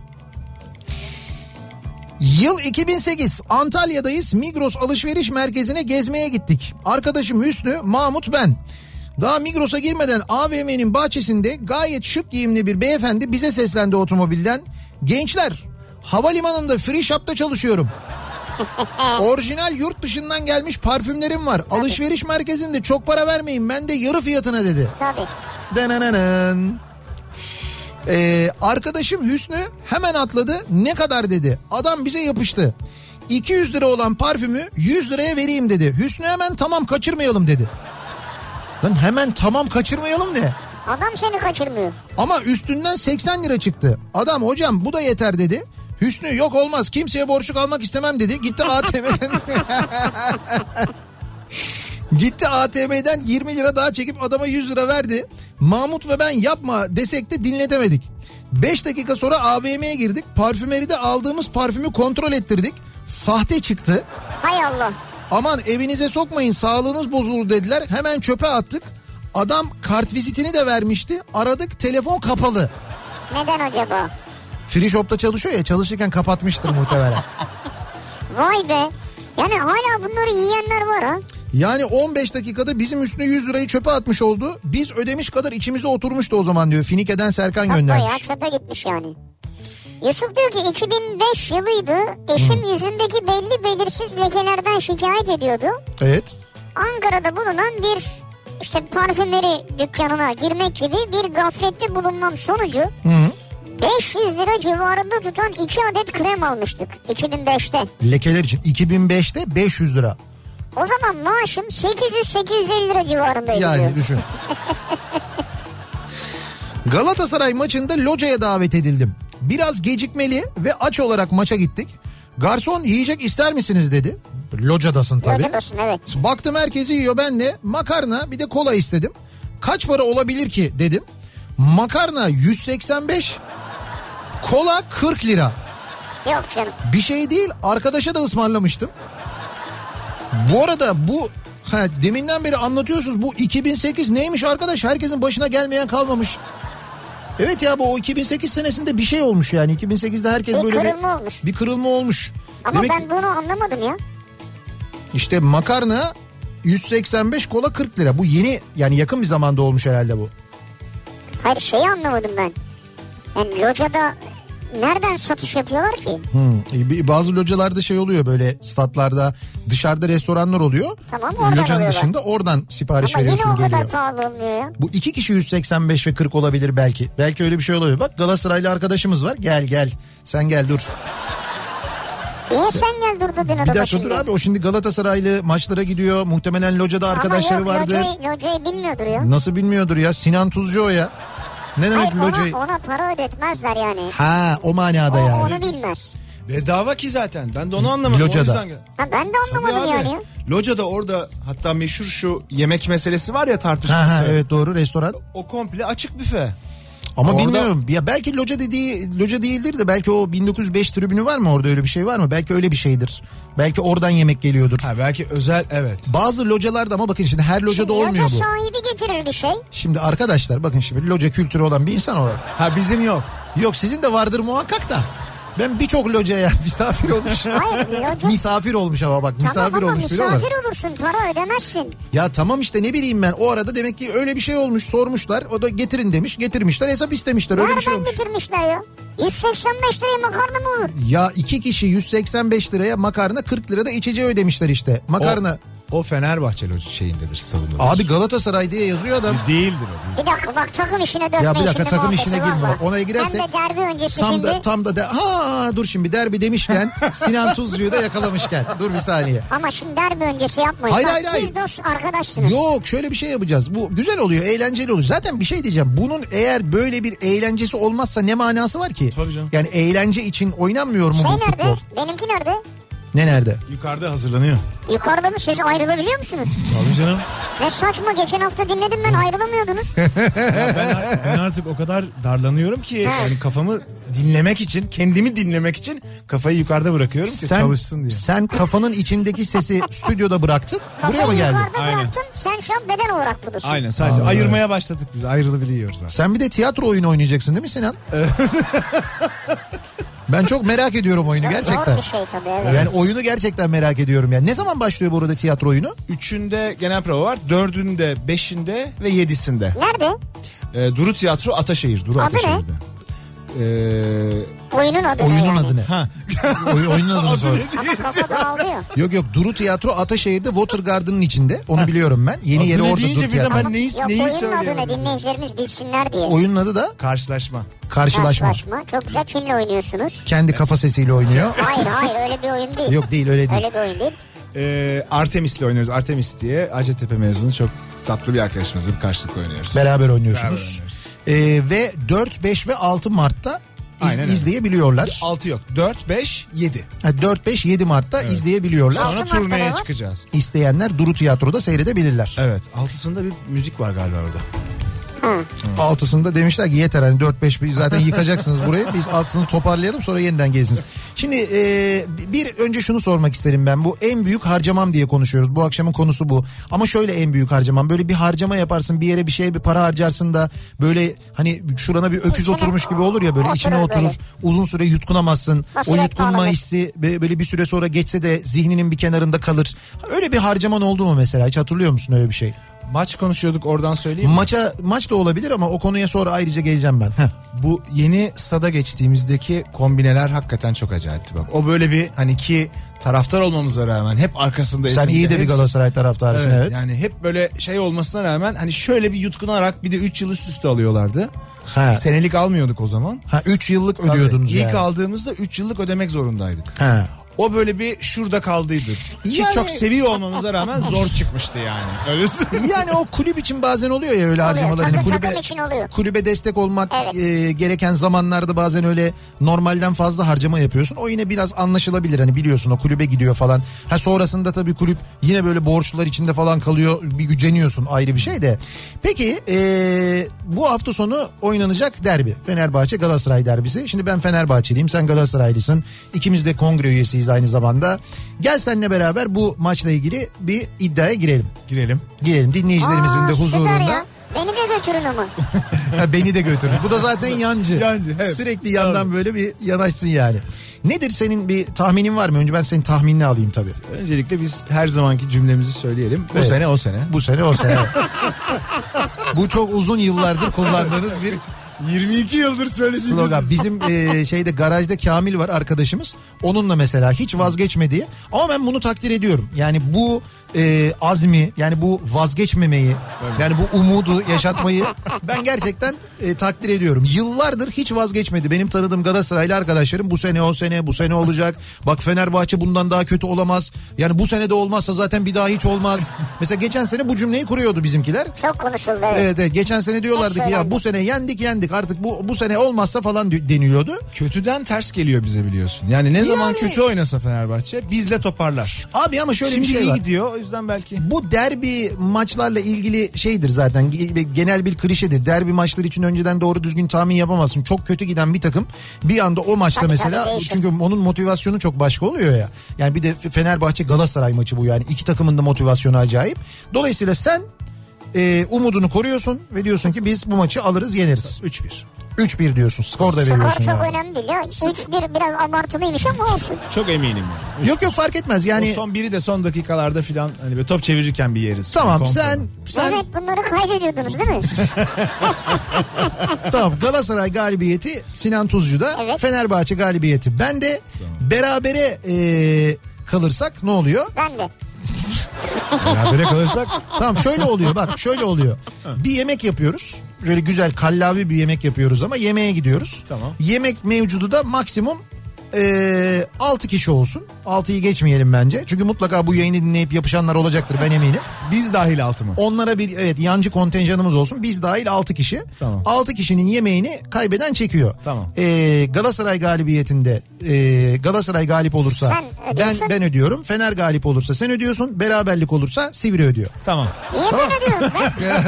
Yıl 2008, Antalya'dayız. Migros alışveriş merkezine gezmeye gittik. Arkadaşım Hüsnü, Mahmut, ben. Daha Migros'a girmeden AVM'nin bahçesinde gayet şık giyimli bir beyefendi bize seslendi otomobilden. Gençler, havalimanında free shop'ta çalışıyorum. Orijinal yurt dışından gelmiş parfümlerim var. Tabii. Alışveriş merkezinde çok para vermeyin, ben de yarı fiyatına dedi. Tabii. Dananın. Arkadaşım Hüsnü hemen atladı, ne kadar dedi. Adam bize yapıştı. 200 lira olan parfümü 100 liraya vereyim dedi. Hüsnü hemen tamam kaçırmayalım dedi. Lan hemen tamam kaçırmayalım ne? Adam seni kaçırmıyor. Ama üstünden 80 lira çıktı. Adam hocam bu da yeter dedi. Hüsnü yok olmaz, kimseye borçluk almak istemem dedi. Gitti ATM'den gitti ATM'den 20 lira daha çekip adama 100 lira verdi. Mahmut ve ben yapma desek de dinletemedik. 5 dakika sonra AVM'ye girdik. Parfümeride aldığımız parfümü kontrol ettirdik. Sahte çıktı. Hay Allah. Aman evinize sokmayın, sağlığınız bozulur dediler. Hemen çöpe attık. Adam kart vizitini de vermişti. Aradık, telefon kapalı. Neden acaba? Free shop'ta çalışıyor ya, çalışırken kapatmıştır muhtemelen. Vay be. Yani hala bunları yiyenler var ha. Yani 15 dakikada bizim üstüne 100 lirayı çöpe atmış oldu. Biz ödemiş kadar içimize oturmuştu o zaman diyor. Finike'den Serkan göndermiş. Bayağı çöpe gitmiş yani. Yusuf diyor ki 2005 yılıydı. Eşim yüzündeki belli belirsiz lekelerden şikayet ediyordu. Evet. Ankara'da bulunan bir işte parfümeri dükkanına girmek gibi bir gaflette bulunmam sonucu 500 lira civarında tutan 2 adet krem almıştık 2005'te. Lekeler için 2005'te 500 lira. O zaman maaşım 800-850 lira civarındaydı Yani diyor. düşün. Galatasaray maçında locaya davet edildim. Biraz gecikmeli ve aç olarak maça gittik. Garson yiyecek ister misiniz dedi. Locadasın tabii. Locadasın, evet. Baktım herkesi yiyor, ben de makarna bir de kola istedim. Kaç para olabilir ki dedim. Makarna 185, kola 40 lira. Yok canım. Bir şey değil, arkadaşa da ısmarlamıştım. Bu arada bu deminden beri anlatıyorsunuz, bu 2008 neymiş arkadaş, herkesin başına gelmeyen kalmamış. Evet ya, bu o 2008 senesinde bir şey olmuş yani. 2008'de herkes böyle kırılma olmuş. Bir kırılma olmuş. Ama demek ben bunu anlamadım ya. İşte makarna 185, kola 40 lira. Bu yeni, yani yakın bir zamanda olmuş herhalde bu. Hayır, şeyi anlamadım ben. Yani locada nereden satış yapıyorlar ki? Bazı localarda şey oluyor, böyle statlarda, dışarıda restoranlar oluyor. Tamam, oradan Locanın alıyorlar. dışında oradan sipariş ama veriyorsun, yine o geliyor. kadar pahalı olmuyor ya. Bu iki kişi 185 ve 40 olabilir belki. Belki öyle bir şey olabilir. Bak, Galatasaraylı arkadaşımız var. Gel. Sen gel, dur. Niye sen gel dur dedin adama Bir dakika şimdi? dur abi, o şimdi Galatasaraylı maçlara gidiyor. Muhtemelen locada arkadaşları ama yok, vardır. locayı bilmiyordur ya. Nasıl bilmiyordur ya? Sinan Tuzcu o ya. Ne demek Hayır, locayı? ona para ödetmezler yani. Ha, o manada O yani. onu bilmez. Bedava ki zaten. Ben de onu anlamadım. Locada. O yüzden... Ha, ben de anlamadım Tabii abi. yani. Locada orada hatta meşhur şu yemek meselesi var ya, tartışması. Ha, evet doğru, restoran. O komple açık büfe. Ama Orada- bilmiyorum. Ya belki loca değildir de belki o 1905 tribünü var mı orada, öyle bir şey var mı? Belki öyle bir şeydir. Belki oradan yemek geliyordur. Ha, belki özel, evet. Bazı localarda, ama bakın şimdi her locada Şimdi olmuyor loca bu. sahibi getirir bir şey. Şimdi arkadaşlar bakın, şimdi loca kültürü olan bir insan olarak. Ha, bizim yok. Yok, sizin de vardır muhakkak da. Ben birçok locaya misafir olmuş. Hayır, loca... Misafir olmuş ama bak, misafir tamam ama olmuş biri olarak. misafir olursun, para ödemezsin. Ya tamam işte, ne bileyim ben, o arada demek ki öyle bir şey olmuş, sormuşlar, o da getirin demiş, getirmişler, hesap istemişler, öyle bir şey Nereden olmuş. getirmişler ya? 185 liraya makarna mı olur? Ya iki kişi 185 liraya makarna, 40 lirada içeceği ödemişler işte. Makarna. O Fenerbahçe şeyindedir, stadındadır. Abi Galatasaray diye yazıyor adam. Değildir o. Bir dakika bak, takım işine dökme. Ya bir dakika, şimdi takım muhabbeti işine girme. valla. Bak, ona girersek Hem de derbi öncesi şimdi. dur şimdi derbi demişken Sinan Tuzcu'yu da yakalamışken. Dur bir saniye. Ama şimdi derbi öncesi yapmayın. Hayır, Bak, hayır, siz hayır. dost arkadaşsınız. Yok, şöyle bir şey yapacağız. Bu güzel oluyor, eğlenceli oluyor. Zaten bir şey diyeceğim. Bunun eğer böyle bir eğlencesi olmazsa ne manası var ki? Tabii canım. Yani eğlence için oynanmıyor mu bu Şey nerede? futbol? Benimki nerede? Ne nerede? Yukarıda hazırlanıyor. Yukarıda mı? Siz ayrılabiliyor musunuz? Tabii canım. Ne saçma, geçen hafta dinledim ben, ayrılamıyordunuz. Ben artık o kadar darlanıyorum ki yani kafamı dinlemek için, kendimi dinlemek için kafayı yukarıda bırakıyorum ki çalışsın diye. Sen kafanın içindeki sesi stüdyoda bıraktın. Buraya mı Kafayı geldin? yukarıda Aynen. bıraktın, sen şu an beden olarak buradasın. Aynen, sadece Aa, ayırmaya başladık biz, ayrılabiliyoruz zaten. Sen bir de tiyatro oyunu oynayacaksın değil mi Sinan? Ben çok merak ediyorum oyunu gerçekten. Zor bir şey tabii, evet. Yani oyunu gerçekten merak ediyorum yani. Ne zaman başlıyor bu arada tiyatro oyunu? 3'ünde genel prova var. 4'ünde, 5'inde ve 7'sinde. Nerede? Duru Tiyatro Ataşehir. Duru Adı Ataşehir'de. Oyunun adı ne Oyunun yani? adı ne? Ha. Oyunun adını sor. Ama kafa dağılıyor. Yok Duru Tiyatro Ataşehir'de Water Garden'ın içinde. Onu biliyorum ben. Yeni yeri Adını orada deyince Duru birden Tiyatro. ben neyi Yok oyunun adı söylüyorum? ne dinleyicilerimiz bilsinler diye. Oyunun adı da Karşılaşma. Karşılaşma. Çok güzel, kimle oynuyorsunuz? Kendi kafa sesiyle oynuyor. Hayır öyle bir oyun değil. Yok değil öyle değil. Öyle bir oyun değil. Artemis'le oynuyoruz. Artemis diye Hacettepe mezunu çok tatlı bir arkadaşımızla bir karşılıklı oynuyoruz. Beraber oynuyorsunuz. Ve 4, 5 ve 6 Mart'ta izleyebiliyorlar. 6 yok. 4, 5, 7. 4, 5, 7 Mart'ta izleyebiliyorlar. Sonra Mart'ta turneye var. çıkacağız. İsteyenler Duru Tiyatro'da seyredebilirler. Evet. 6'sında bir müzik var galiba orada. 6'sında demişler ki yeter hani 4-5 zaten yıkacaksınız burayı. Biz 6'sını toparlayalım sonra yeniden gelirsiniz. Şimdi bir önce şunu sormak isterim ben. Bu en büyük harcamam diye konuşuyoruz. Bu akşamın konusu bu. Ama şöyle en büyük harcamam. Böyle bir harcama yaparsın bir yere bir şeye bir para harcarsın da böyle hani şurana bir öküz oturmuş gibi olur ya böyle içine oturur. Böyle. Uzun süre yutkunamazsın. Nasıl O hep yutkunma bağlanır? hissi böyle bir süre sonra geçse de zihninin bir kenarında kalır. Öyle bir harcaman oldu mu mesela? Hiç hatırlıyor musun öyle bir şey? Maç konuşuyorduk, oradan söyleyeyim mi? Maç da olabilir ama o konuya sonra ayrıca geleceğim ben. Bu yeni stada geçtiğimizdeki kombineler hakikaten çok acayipti bak. O böyle bir hani ki taraftar olmamıza rağmen hep arkasındayız. Sen iyi de bir Galatasaray taraftarısın evet. Yani hep böyle şey olmasına rağmen hani şöyle bir yutkunarak bir de 3 yıl üst üste alıyorlardı. Ha. Senelik almıyorduk o zaman. 3 yıllık ödüyordunuz Tabii, yani. İlk aldığımızda 3 yıllık ödemek zorundaydık. Ha. O böyle bir şurada kaldıydı. Ki Yani- çok seviyor olmamıza rağmen zor çıkmıştı yani. Öyle Yani o kulüp için bazen oluyor ya öyle harcamalar. Hani takım için oluyor. Kulübe destek olmak Evet. gereken zamanlarda bazen öyle normalden fazla harcama yapıyorsun. O yine biraz anlaşılabilir hani biliyorsun o kulübe gidiyor falan. Sonrasında tabii kulüp yine böyle borçlar içinde falan kalıyor. Bir güceniyorsun ayrı bir şey de. Peki bu hafta sonu oynanacak derbi. Fenerbahçe Galatasaray derbisi. Şimdi ben Fenerbahçeliyim sen Galatasaraylısın. İkimiz de kongre üyesiyiz aynı zamanda. Gel seninle beraber bu maçla ilgili bir iddiaya girelim. Girelim. Girelim dinleyicilerimizin de Süper huzurunda. ya. Beni de götürün ama. Beni de götürün. Bu da zaten yancı. Yancı, evet. Sürekli yandan böyle bir yanaşsın yani. Nedir senin bir tahminin var mı? Önce ben senin tahminini alayım tabii. Öncelikle biz her zamanki cümlemizi söyleyelim. O Evet. sene o sene. Bu sene o sene. Bu çok uzun yıllardır kullandığınız bir 22 yıldır söylediğimiz slogan. Bizim şeyde garajda Kamil var arkadaşımız. Onunla mesela hiç vazgeçmediği. Ama ben bunu takdir ediyorum. Yani bu azmi yani bu vazgeçmemeyi yani bu umudu yaşatmayı ben gerçekten takdir ediyorum. Yıllardır hiç vazgeçmedi. Benim tanıdığım Galatasaraylı arkadaşlarım bu sene o sene bu sene olacak. Bak Fenerbahçe bundan daha kötü olamaz. Yani bu sene de olmazsa zaten bir daha hiç olmaz. Mesela geçen sene bu cümleyi kuruyordu bizimkiler. Çok konuşuldu evet. Evet geçen sene diyorlardı ki ya bu sene yendik artık bu sene olmazsa falan deniliyordu. Kötüden ters geliyor bize biliyorsun. Yani ne zaman kötü oynasa Fenerbahçe bizle toparlar. Abi ama şöyle Şimdi bir şey iyi var. gidiyor o yüzden belki. Bu derbi maçlarla ilgili şeydir zaten genel bir klişedir. Derbi maçları için önceden doğru düzgün tahmin yapamazsın. Çok kötü giden bir takım bir anda o maçta Tabii, mesela tabii, çünkü onun motivasyonu çok başka oluyor ya. Yani bir de Fenerbahçe Galatasaray maçı bu yani iki takımın da motivasyonu acayip. Dolayısıyla sen umudunu koruyorsun ve diyorsun ki biz bu maçı alırız yeneriz. 3-1. 3-1 diyorsun. Skor da Skor veriyorsun çok yani. önemli değil ya. 3-1 biraz abartılıymış ama olsun. Çok eminim yani. Yok fark etmez yani. O son biri de son dakikalarda filan hani böyle top çevirirken bir yeriz. Tamam Kontrol. sen Evet bunları kaydediyordunuz değil mi? tamam Galatasaray galibiyeti Sinan Tuzcu'da Evet. Fenerbahçe galibiyeti. Ben de berabere kalırsak ne oluyor? Ben de. Berabere kalırsak Tamam şöyle oluyor bak şöyle oluyor. Bir yemek yapıyoruz. Böyle güzel kallavi bir yemek yapıyoruz ama yemeğe gidiyoruz. Tamam. Yemek mevcudu da maksimum 6 kişi olsun. 6'yı geçmeyelim bence. Çünkü mutlaka bu yayını dinleyip yapışanlar olacaktır ben eminim. biz dahil altı mı? Onlara bir yancı kontenjanımız olsun. Biz dahil 6 kişi. Tamam. 6 kişinin yemeğini kaybeden çekiyor. Tamam. Galatasaray galibiyetinde Galatasaray galip olursa Sen ödüyorsun. ben ödüyorum. Fener galip olursa sen ödüyorsun. Beraberlik olursa Sivri ödüyor. Tamam. Niye Tamam. ben ödüyorum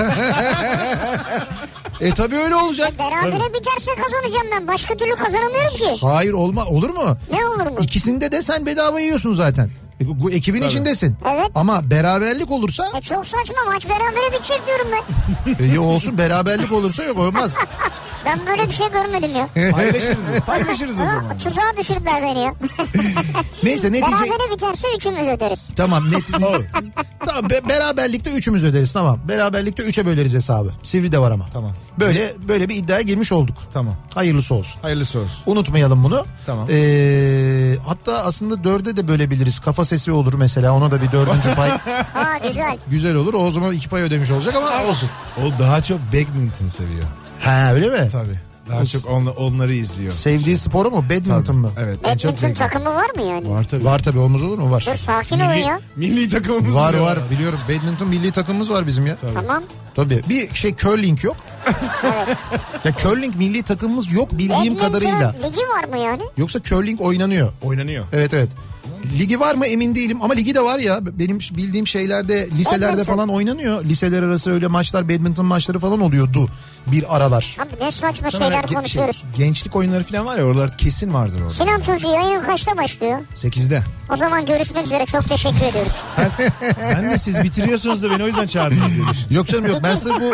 ben? Tabii öyle olacak. Berabere biterse kazanacağım ben. Başka türlü kazanamıyorum ki. Hayır olur mu? Ne olur mu? İkisinde de sen bedava yiyorsun zaten. Bu ekibin içindesin. Evet. Ama beraberlik olursa Çok saçma maç berabere bitecek diyorum ben. olsun beraberlik olursa yok olmaz. Ben böyle bir şey görmedim ya. Paylaşırız o zaman. Tuzağa düşürdüler beni ya. Neyse netice... Berabere biterse üçümüz öderiz. Tamam tamam beraberlikte üçümüz öderiz, tamam. Beraberlikte 3'e böleriz hesabı. Sivri de var ama. Tamam. Böyle bir iddiaya girmiş olduk. Tamam. Hayırlısı olsun. Hayırlısı olsun. Unutmayalım bunu. Tamam. Hatta aslında 4'e de bölebiliriz. Kafa sesi olur mesela. Ona da bir 4. pay. Ha güzel. Güzel olur. O zaman 2 pay ödemiş olacak ama olsun. O daha çok badminton seviyor. Ha öyle mi? Tabii. Daha çok onları izliyor. Sevdiği sporu mu? Badminton mı? Evet. Badminton takımı var mı yani? Var tabii. Var tabii, olmaz olur mu? Var. Dur sakin olun ya. Milli takımımız var biliyorum. Badminton milli takımımız var bizim ya. Tamam. Tabii. Bir curling yok. Evet. Ya curling milli takımımız yok bildiğim kadarıyla. Ligi var mı yani? Yoksa curling oynanıyor. Oynanıyor. Evet. Ligi var mı emin değilim ama ligi de var ya. Benim bildiğim şeylerde, liselerde falan oynanıyor. Liseler arası öyle maçlar, badminton maçları falan oluyordu bir aralar. Abi ne saçma şeyler konuşuyoruz. Gençlik oyunları falan var ya, oralar kesin vardır orada. Sinan Tuzcu yayının kaçta başlıyor? 8'de. O zaman görüşmek üzere, çok teşekkür ediyoruz. Ben de siz bitiriyorsunuz da beni o yüzden çağırdınız diye düşündüm. Yok canım yok, ben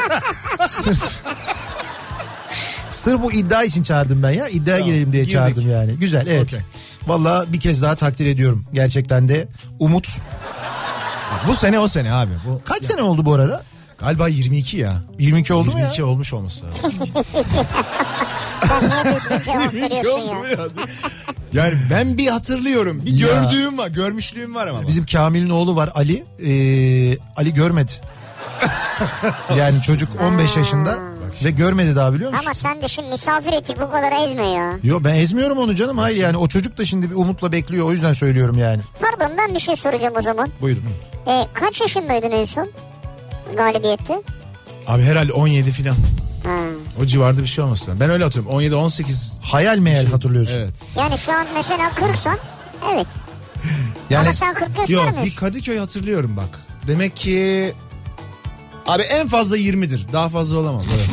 sırf bu iddia için çağırdım ben ya. İddiaya girelim diye çağırdım yani. Güzel, evet. Okay. Vallahi bir kez daha takdir ediyorum. Gerçekten de Umut. Bu sene o sene abi. Kaç sene oldu bu arada? Galiba 22 ya. 22 oldu mu ya? 22 olmuş olması lazım. Sen niye düzgün cevap veriyorsun ya? Yani ben bir hatırlıyorum. Bir gördüğüm var. Görmüşlüğüm var ama. Bizim Kamil'in oğlu var Ali. Ali görmedi. Yani çocuk 15 yaşında ve görmedi daha, biliyor musun? Ama sen de şimdi misafir ettik, bu kadar ezme ya. Yok, ben ezmiyorum onu canım. Hayır yani o çocuk da şimdi bir umutla bekliyor, o yüzden söylüyorum yani. Pardon, ben bir şey soracağım o zaman. Buyurun. Kaç yaşındaydın en son galibiyette? Abi herhalde 17 filan. O civarda bir şey olmasın. Ben öyle hatırlıyorum. 17-18. Hayal meyal hatırlıyorsun. Evet. Yani şu an mesela 40'san evet. Yani, ama sen 40 göstermiyorsun. Yok, bir Kadıköy hatırlıyorum bak. Demek ki abi en fazla 20'dir. Daha fazla olamaz. Evet.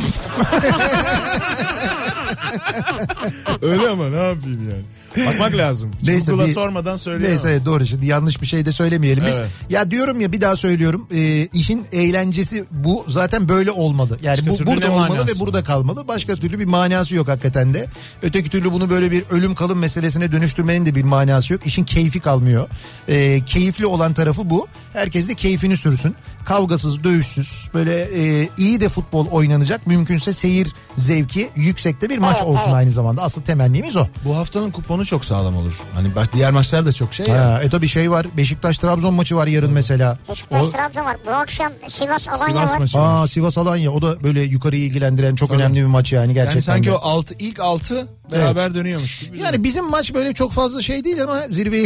Öyle ama ne yapayım yani. Bakmak lazım. Google'a sormadan söylüyorum. Neyse doğru, şimdi yanlış bir şey de söylemeyelim biz. Evet. Ya diyorum ya, bir daha söylüyorum. İşin eğlencesi bu. Zaten böyle olmalı. Yani bu burada olmalı ve burada kalmalı. Başka türlü bir manası yok hakikaten de. Öteki türlü bunu böyle bir ölüm kalım meselesine dönüştürmenin de bir manası yok. İşin keyfi kalmıyor. Keyifli olan tarafı bu. Herkes de keyfini sürsün. Kavgasız, dövüşsüz, böyle iyi de futbol oynanacak. Mümkünse seyir zevki yüksekte bir maç olsun aynı zamanda. Asıl temennimiz o. Bu haftanın kuponu çok sağlam olur. Hani diğer maçlar da çok şey ya. Tabii şey var. Beşiktaş-Trabzon maçı var yarın mesela. Beşiktaş-Trabzon var. Bu akşam Sivas-Alanya var. Maçı Sivas-Alanya, o da böyle yukarıyı ilgilendiren çok önemli bir maç yani gerçekten. Yani sanki o ilk 6 beraber dönüyormuş gibi. Yani bizim maç böyle çok fazla şey değil ama zirveyi.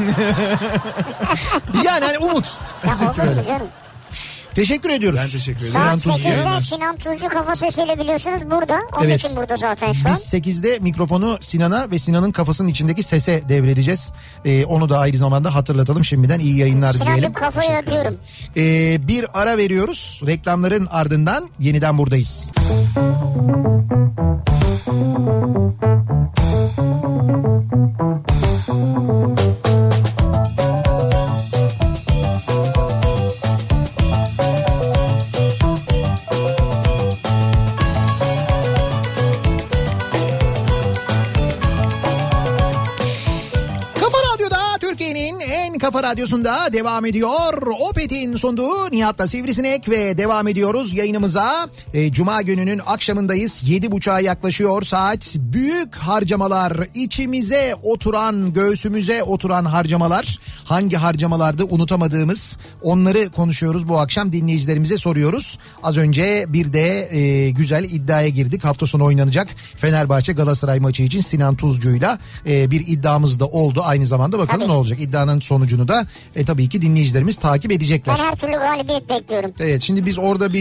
Yani hani umut. Teşekkür ediyoruz. Ben teşekkür ederim. Saat 8'de Sinan Tuzcu kafa sesiyle biliyorsunuz burada. Onun için burada zaten şu an. Biz 8'de mikrofonu Sinan'a ve Sinan'ın kafasının içindeki sese devredeceğiz. Onu da aynı zamanda hatırlatalım. Şimdiden iyi yayınlar dileyelim. Sinancığım kafayı atıyorum. Bir ara veriyoruz. Reklamların ardından yeniden buradayız. Kafa Radyosu'nda devam ediyor. Opet'in sunduğu Nihat'la Sivrisinek ve devam ediyoruz yayınımıza. Cuma gününün akşamındayız. 7.30'a yaklaşıyor saat. Büyük harcamalar, içimize oturan, göğsümüze oturan harcamalar. Hangi harcamalarda unutamadığımız, onları konuşuyoruz bu akşam, dinleyicilerimize soruyoruz. Az önce bir de güzel iddiaya girdik. Hafta sonu oynanacak Fenerbahçe Galatasaray maçı için Sinan Tuzcu'yla bir iddiamız da oldu. Aynı zamanda bakalım ne olacak. İddianın sonucunu da tabii ki dinleyicilerimiz takip edecekler. Ben her türlü galibiyet bekliyorum. Evet, şimdi biz orada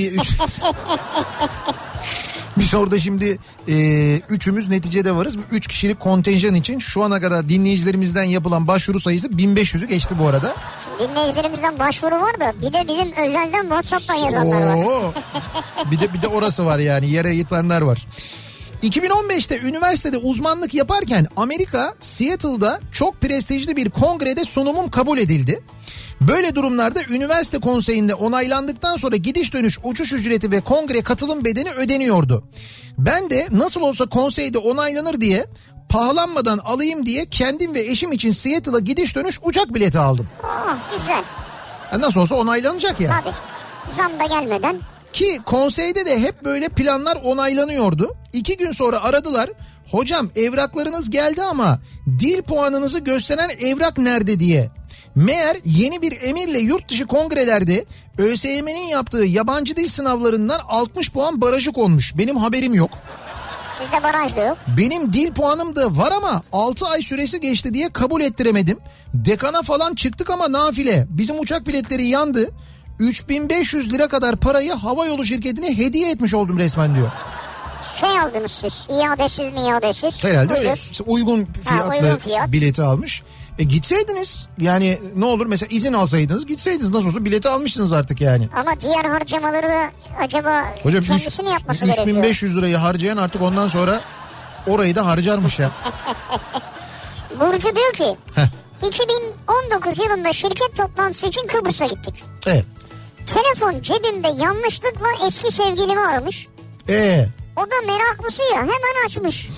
biz orada şimdi üçümüz neticede varız. 3 kişilik kontenjan için şu ana kadar dinleyicilerimizden yapılan başvuru sayısı 1500'ü geçti bu arada. Dinleyicilerimizden başvuru var da bir de bizim özelden WhatsApp'tan yazanlar var. Bir de orası var yani, yere yıkanlar var. 2015'te üniversitede uzmanlık yaparken Amerika Seattle'da çok prestijli bir kongrede sunumum kabul edildi. Böyle durumlarda üniversite konseyinde onaylandıktan sonra gidiş dönüş uçuş ücreti ve kongre katılım bedeni ödeniyordu. Ben de nasıl olsa konseyde onaylanır diye pahalanmadan alayım diye kendim ve eşim için Seattle'a gidiş dönüş uçak bileti aldım. Güzel. Nasıl olsa onaylanacak ya. Tabii. Zam da gelmeden. Ki konseyde de hep böyle planlar onaylanıyordu. 2 gün sonra aradılar. Hocam evraklarınız geldi ama dil puanınızı gösteren evrak nerede diye. Meğer yeni bir emirle yurt dışı kongrelerde ÖSYM'nin yaptığı yabancı dil sınavlarından 60 puan barajı konmuş. Benim haberim yok. Sizde baraj da yok. Benim dil puanım da var ama 6 ay süresi geçti diye kabul ettiremedim. Dekana falan çıktık ama nafile. Bizim uçak biletleri yandı. 3500 lira kadar parayı havayolu şirketine hediye etmiş oldum resmen diyor. Aldınız siz. İadesiz mi iadesiz? Herhalde öyle. Uygun fiyatlı fiyat. bileti almış. Gitseydiniz yani ne olur mesela izin alsaydınız gitseydiniz, nasıl olsa bileti almışsınız artık yani. Ama diğer harcamaları da acaba hocam, kendisini yapması gerekiyor. 3500 lirayı harcayan artık ondan sonra orayı da harcarmış ya. Burcu diyor ki 2019 yılında şirket toplantısı için Kıbrıs'a gittik. Evet. Telefon cebimde yanlışlıkla eski sevgilimi aramış. O da meraklısı ya, hemen açmış.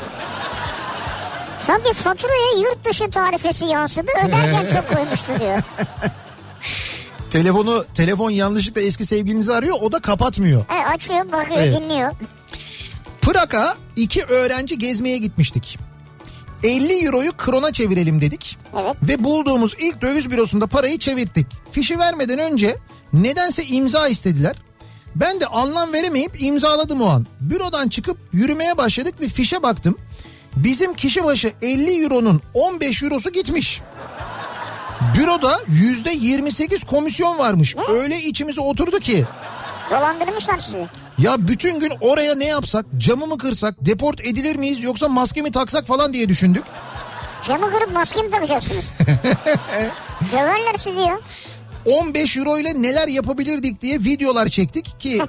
Tabii faturaya yurt dışı tarifesi yansıdı, öderken çok koymuştu diyor. Telefon yanlışlıkla eski sevgilinizi arıyor, o da kapatmıyor. Açıyor, bakıyor, dinliyor. Prag'a 2 öğrenci gezmeye gitmiştik. 50 euroyu krona çevirelim dedik. Evet. Ve bulduğumuz ilk döviz bürosunda parayı çevirttik. Fişi vermeden önce nedense imza istediler. Ben de anlam veremeyip imzaladım o an. Bürodan çıkıp yürümeye başladık ve fişe baktım. Bizim kişi başı 50 euronun 15 eurosu gitmiş. Büroda %28 komisyon varmış. Öyle içimize oturdu ki. Dolandırmışlar sizi. Ya bütün gün oraya ne yapsak, camı mı kırsak, deport edilir miyiz yoksa maske mi taksak falan diye düşündük. Camı kırıp maske mi takacaksınız? Döverler sizi ya. 15 euro ile neler yapabilirdik diye videolar çektik ki.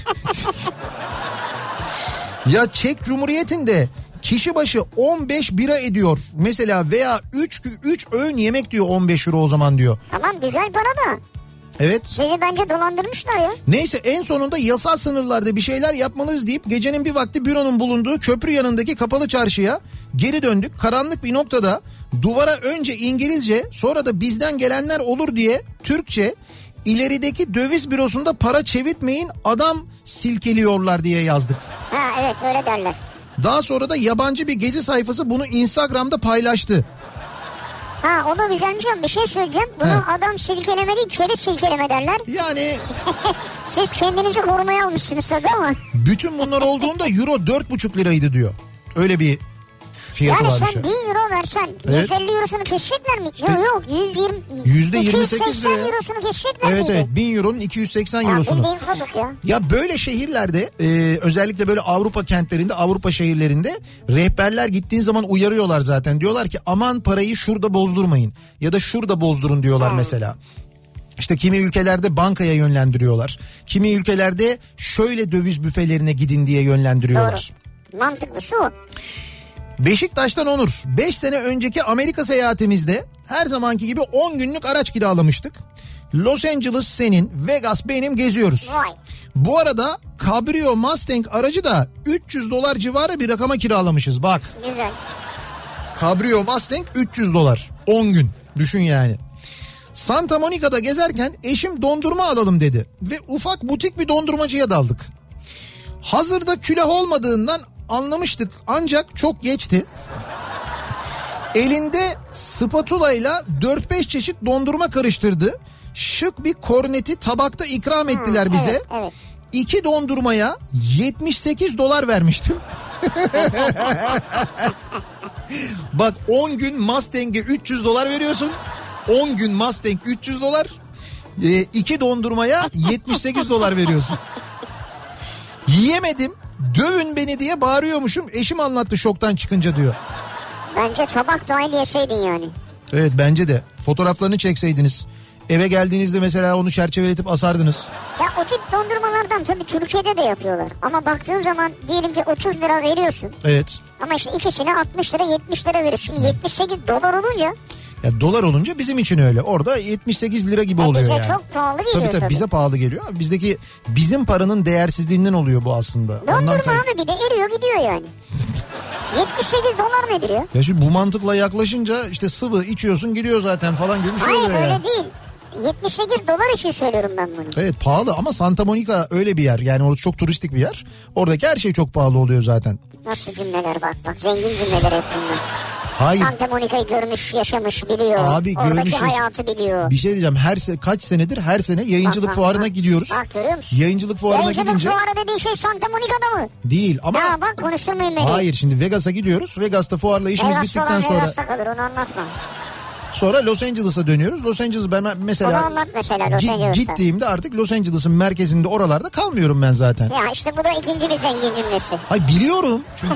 Ya Çek Cumhuriyeti'nde kişi başı 15 bira ediyor mesela veya 3 öğün yemek diyor 15 euro o zaman diyor. Tamam, güzel para da. Evet. Sizi bence dolandırmışlar ya. Neyse en sonunda yasal sınırlarda bir şeyler yapmalıyız deyip gecenin bir vakti büronun bulunduğu köprü yanındaki kapalı çarşıya geri döndük. Karanlık bir noktada duvara önce İngilizce sonra da bizden gelenler olur diye Türkçe ilerideki döviz bürosunda para çevirtmeyin adam silkeliyorlar diye yazdık. Evet, öyle derler. Daha sonra da yabancı bir gezi sayfası bunu Instagram'da paylaştı. O da güzelmiş ama bir şey söyleyeceğim. Bunu adam silkeleme değil, keri silkeleme derler. Yani... Siz kendinizi korumaya almışsınız tabii ama. Bütün bunlar olduğunda euro 4,5 liraydı diyor. Öyle bir fiyatı varmış. Yani sen 1000 euro versen 150 eurosunu kesecekler mi? İşte yok, %28 280 eurosunu kesecekler miydi? Evet 1000 euronun 280 eurosunu. Bildiğin kazık ya. Ya böyle şehirlerde özellikle böyle Avrupa kentlerinde, Avrupa şehirlerinde rehberler gittiğin zaman uyarıyorlar zaten. Diyorlar ki aman parayı şurada bozdurmayın ya da şurada bozdurun diyorlar mesela. İşte kimi ülkelerde bankaya yönlendiriyorlar. Kimi ülkelerde şöyle döviz büfelerine gidin diye yönlendiriyorlar. Doğru. Mantıklısı o. Beşiktaş'tan Onur. 5 sene önceki Amerika seyahatimizde her zamanki gibi 10 günlük araç kiralamıştık. Los Angeles senin, Vegas benim, geziyoruz. Vay. Bu arada Cabrio Mustang aracı da $300 civarı bir rakama kiralamışız bak. Güzel. Cabrio Mustang $300 10 gün düşün yani. Santa Monica'da gezerken eşim dondurma alalım dedi ve ufak butik bir dondurmacıya daldık. Hazırda külah olmadığından anlamıştık ancak çok geçti. Elinde spatula ile 4-5 çeşit dondurma karıştırdı. Şık bir korneti tabakta ikram ettiler bize. Evet. 2 dondurmaya $78 vermiştim. Bak 10 gün Mustang'e $300 veriyorsun. 10 gün Mustang $300. 2 dondurmaya $78 veriyorsun. Yiyemedim. Dövün beni diye bağırıyormuşum. Eşim anlattı şoktan çıkınca diyor. Bence tabak dahil yeseydin yani. Evet bence de. Fotoğraflarını çekseydiniz. Eve geldiğinizde mesela onu çerçeveletip asardınız. Ya o tip dondurmalardan tabii Türkiye'de de yapıyorlar. Ama baktığın zaman diyelim ki 30 lira veriyorsun. Evet. Ama işte ikisine 60 lira 70 lira veriyorsun. Şimdi $78 olunca. Ya dolar olunca bizim için öyle. Orada 78 lira gibi oluyor bize yani. Bize çok pahalı geliyor tabii. Bize pahalı geliyor. Bizim paranın değersizliğinden oluyor bu aslında. Dondurma abi bir de eriyor gidiyor yani. 78 dolar nedir ya? Ya şimdi bu mantıkla yaklaşınca işte sıvı içiyorsun gidiyor zaten falan gibi bir şey oluyor yani. Hayır öyle değil. 78 dolar için söylüyorum ben bunu. Evet pahalı ama Santa Monica öyle bir yer. Yani orası çok turistik bir yer. Oradaki her şey çok pahalı oluyor zaten. Nasıl cümleler bak zengin cümleler hep bunlar. Hayır. Santa Monica'yı görmüş, yaşamış, biliyor. Abi oradaki görmüş, hayatı biliyor. Bir şey diyeceğim. Kaç senedir her sene yayıncılık fuarına gidiyoruz. Bak görüyor musun? Yayıncılık fuarına gidince. Yayıncılık fuarı dediğin şey Santa Monica'da mı? Değil ama. Ya bak konuşturmayın beni. Hayır şimdi Vegas'a gidiyoruz. Vegas'ta fuarla işimiz bittikten sonra. Vegas'ta kalır onu anlatma. Sonra Los Angeles'a dönüyoruz. Los Angeles ben mesela. Onu anlat mesela Los Angeles'ta. Gittiğimde artık Los Angeles'ın merkezinde oralarda kalmıyorum ben zaten. Ya işte bu da ikinci bir zengin cümlesi. Hayır biliyorum çünkü.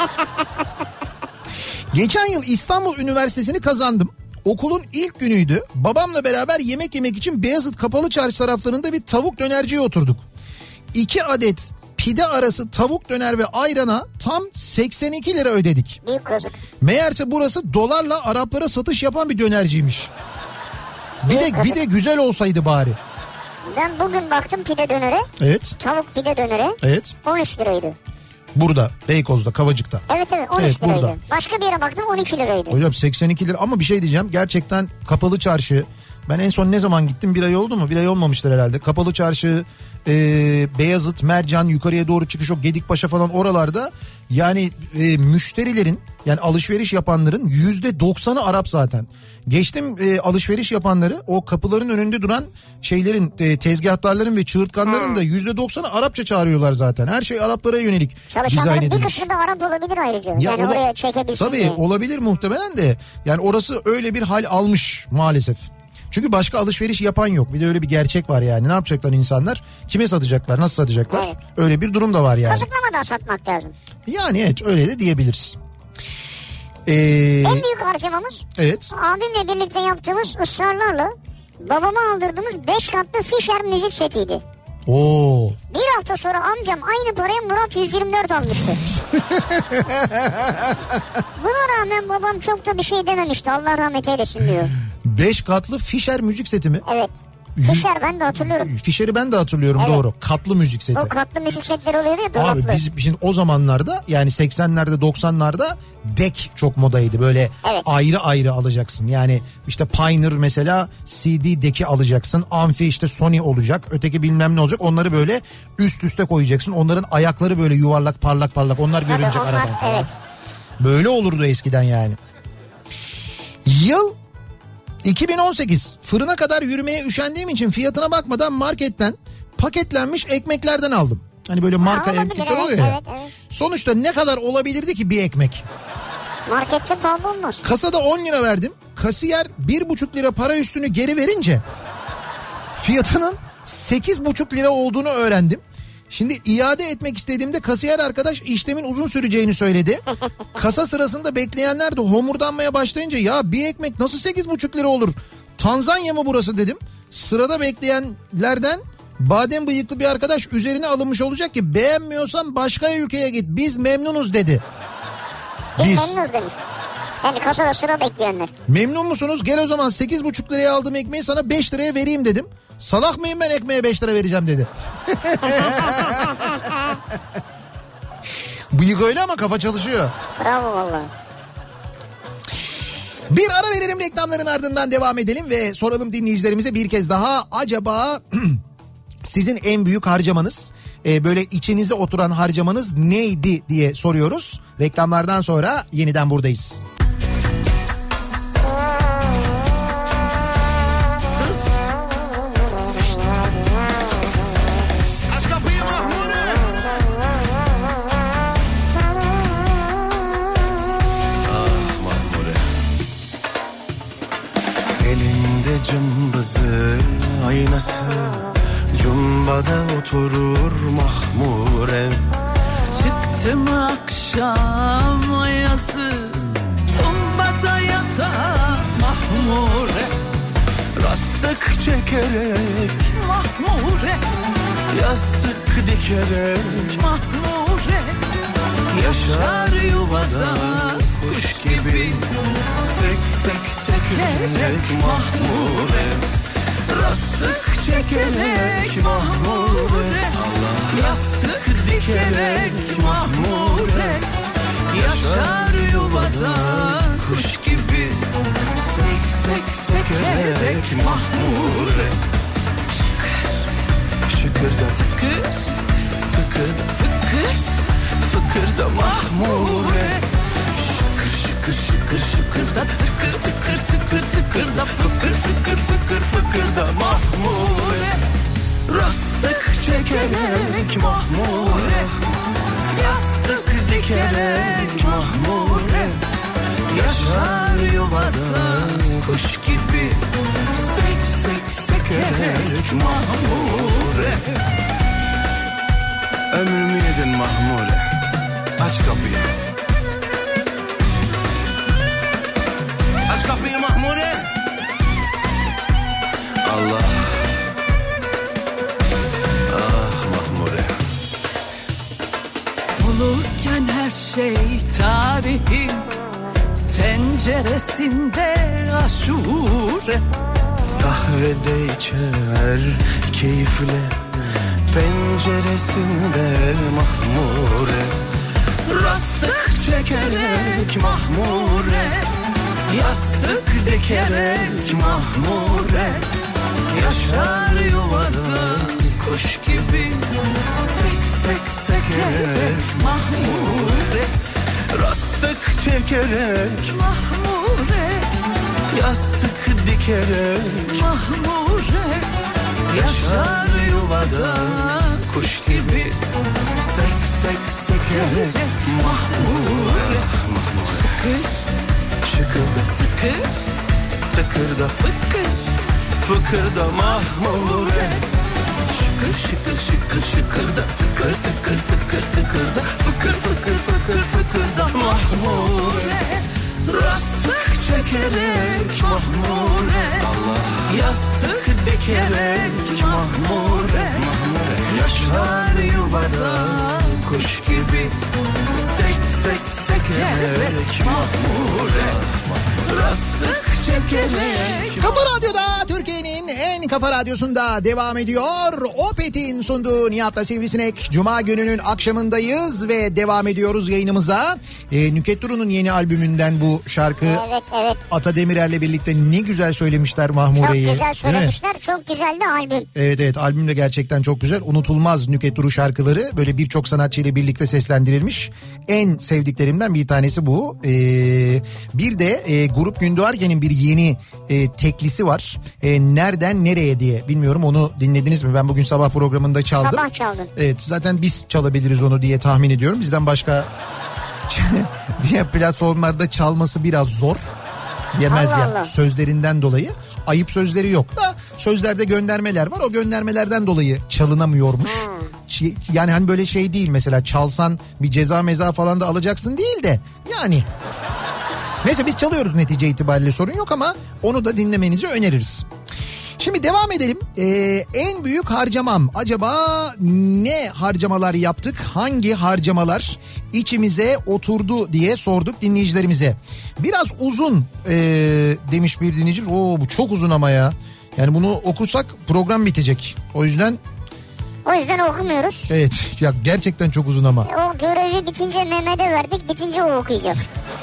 Geçen yıl İstanbul Üniversitesi'ni kazandım. Okulun ilk günüydü. Babamla beraber yemek yemek için Beyazıt Kapalı Çarşı taraflarında bir tavuk dönerciye oturduk. 2 adet pide arası tavuk döner ve ayrana tam 82 lira ödedik. Büyük kazık. Meğerse burası dolarla Araplara satış yapan bir dönerciymiş. Bir de güzel olsaydı bari. Ben bugün baktım pide dönere. Evet. Tavuk pide dönere. Evet. 13 liraydı. Burada Beykoz'da Kavacık'ta. Evet 13 liraydı. Burada. Başka bir yere baktım 12 liraydı. Hocam 82 lira ama bir şey diyeceğim. Gerçekten Kapalı Çarşı. Ben en son ne zaman gittim? Bir ay oldu mu? Bir ay olmamıştır herhalde. Kapalı Çarşı, Beyazıt, Mercan, yukarıya doğru çıkış o Gedikpaşa falan oralarda. Yani müşterilerin yani alışveriş yapanların %90'ı Arap zaten. Geçtim alışveriş yapanları o kapıların önünde duran şeylerin tezgahtarların ve çığırtkanların da %90'ı Arapça çağırıyorlar zaten. Her şey Araplara yönelik dizayn Çalışanların bir edilmiş. kısmı da Arap olabilir ayrıca. Yani oraya çekebilsin tabii diye. olabilir muhtemelen de. Yani orası öyle bir hal almış maalesef. Çünkü başka alışveriş yapan yok. Bir de öyle bir gerçek var yani. Ne yapacaklar insanlar? Kime satacaklar? Nasıl satacaklar? Evet. Öyle bir durum da var yani. Kazıklamadan satmak lazım. Yani evet öyle de diyebiliriz. En büyük harcamamız evet. Abimle birlikte yaptığımız ısrarlarla babama aldırdığımız 5 katlı Fischer müzik setiydi. Oo. Bir hafta sonra amcam aynı paraya Murat 124 almıştı. Buna rağmen babam çok da bir şey dememişti. Allah rahmet eylesin diyor. 5 katlı Fischer müzik seti mi? Evet. Fischer ben de hatırlıyorum. Fischer'i ben de hatırlıyorum evet. Doğru. Katlı müzik seti. O katlı müzik setleri oluyordu ya dolaplı. Abi biz şimdi o zamanlarda yani 80'lerde 90'larda dek çok modaydı. Böyle evet. Ayrı ayrı alacaksın. Yani işte Pioneer mesela CD deki alacaksın. Amfi işte Sony olacak. Öteki bilmem ne olacak. Onları böyle üst üste koyacaksın. Onların ayakları böyle yuvarlak parlak parlak. Onlar görünecek aradan falan. Evet. Böyle olurdu eskiden yani. Yıl 2018 fırına kadar yürümeye üşendiğim için fiyatına bakmadan marketten paketlenmiş ekmeklerden aldım. Hani böyle marka ekmekler oluyor ya. Evet. Sonuçta ne kadar olabilirdi ki bir ekmek? Markette pahalı olmaz. Kasada 10 lira verdim. Kasiyer 1,5 lira para üstünü geri verince fiyatının 8,5 lira olduğunu öğrendim. Şimdi iade etmek istediğimde kasiyer arkadaş işlemin uzun süreceğini söyledi. Kasa sırasında bekleyenler de homurdanmaya başlayınca ya bir ekmek nasıl 8,5 lira olur? Tanzanya mı burası dedim. Sırada bekleyenlerden badem bıyıklı bir arkadaş üzerine alınmış olacak ki beğenmiyorsan başka ülkeye git biz memnunuz dedi. Biz memnunuz demiş. Yani kasada sıra bekleyenler. Memnun musunuz? Gel o zaman 8,5 liraya aldığım ekmeği sana 5 liraya vereyim dedim. Salak mıyım ben ekmeğe 5 lira vereceğim dedi. Bıyık öyle ama kafa çalışıyor. Bravo valla. Bir ara verelim reklamların ardından devam edelim ve soralım dinleyicilerimize bir kez daha. Acaba sizin en büyük harcamanız böyle içinize oturan harcamanız neydi diye soruyoruz. Reklamlardan sonra yeniden buradayız. Cımbızı aynası cumbada oturur mahmure. Çıktım akşam ayazı tumbada yata mahmure. Rastık çekerek mahmure. Yastık dikerek mahmure. Yaşar yuvada kuş gibi. Sek sek sek çekerek mahmure, rastık çekerek mahmure, yastık dikerek mahmure, yaşar yuvada kuş gibi, sek sek sekerek mahmure. Şıkır şıkırda tıkır, tıkırda fıkır, fıkırda mahmure. Şıkır şıkır şıkır şıkırda tıkır tıkır tıkır tıkırda fıkır fıkır fıkır fıkırda mahmure. Rastık çekerek mahmure, yastık dikerek mahmure, yaşar yuvada kuş gibi, sek sek sekerek mahmure. Ömrümü yedin mahmure, aç kapıyı. Aç kapıyı mahmure. Allah. Ah mahmure. Olurken her şey tarihin tenceresinde aşure. Kahvede içer keyifle, penceresinde mahmure. Rastık çekerek mahmure, yastık dikerek mahmure, yaşar yuvada kuş gibi, sek sek sekerek mahmure. Rastık çekerek Mahmure, yastık dikerek mahmure, yaşar yuvada kuş gibi, sek sek sekerek mahmure. Şıkır Şıkırda tıkır tıkırda fıkır, fıkırda mahmure. Şıkır şıkır şıkır şıkırda tıkır tıkır tıkır tıkırda fıkır fıkır fıkır fıkırda mahmure. Rastık çekerek mahmure, Allah. Yastık dikerek mahmure, yaşar yuvada kuş gibi, sek sek sekerek mahmure. Rastık çekerek. Kafa Radyo'da, Türkiye'nin en kafa radyosunda devam ediyor. Opet'in sunduğu Nihat'la Sivrisinek. Cuma gününün akşamındayız ve devam ediyoruz yayınımıza. Nükhet Duru'nun yeni albümünden bu şarkı. Evet evet. Ata Demirer'le birlikte ne güzel söylemişler Mahmure'yi. Çok güzel söylemişler. Çok güzel de albüm. Evet evet, albüm de gerçekten çok güzel. Unutulmaz Nükhet Duru şarkıları böyle birçok sanatçıyla birlikte seslendirilmiş. En sevdiklerimden bir tanesi bu. Bir de Grup Gündoğargen'in bir yeni teklisi var. Nereden nereye diye. Bilmiyorum, onu dinlediniz mi? Ben bugün sabah programında çaldım. Sabah çaldın. Evet, zaten biz çalabiliriz onu diye tahmin ediyorum. Bizden başka diğer platformlarda çalması biraz zor. Yemez Allah ya Allah. Sözlerinden dolayı. Ayıp sözleri yok da sözlerde göndermeler var. O göndermelerden dolayı çalınamıyormuş. Yani hani böyle şey değil, mesela çalsan bir ceza meza falan da alacaksın değil de yani. Neyse, biz çalıyoruz netice itibariyle, sorun yok ama onu da dinlemenizi öneririz. Şimdi devam edelim. En büyük harcamam, acaba ne harcamalar yaptık? Hangi harcamalar içimize oturdu diye sorduk dinleyicilerimize. Biraz uzun demiş bir dinleyicimiz. Oo, bu çok uzun ama ya. Yani bunu okursak program bitecek. O yüzden okumuyoruz. evet ya, gerçekten çok uzun ama. O görevi bitince Mehmet'e verdik. Bitince o okuyacak.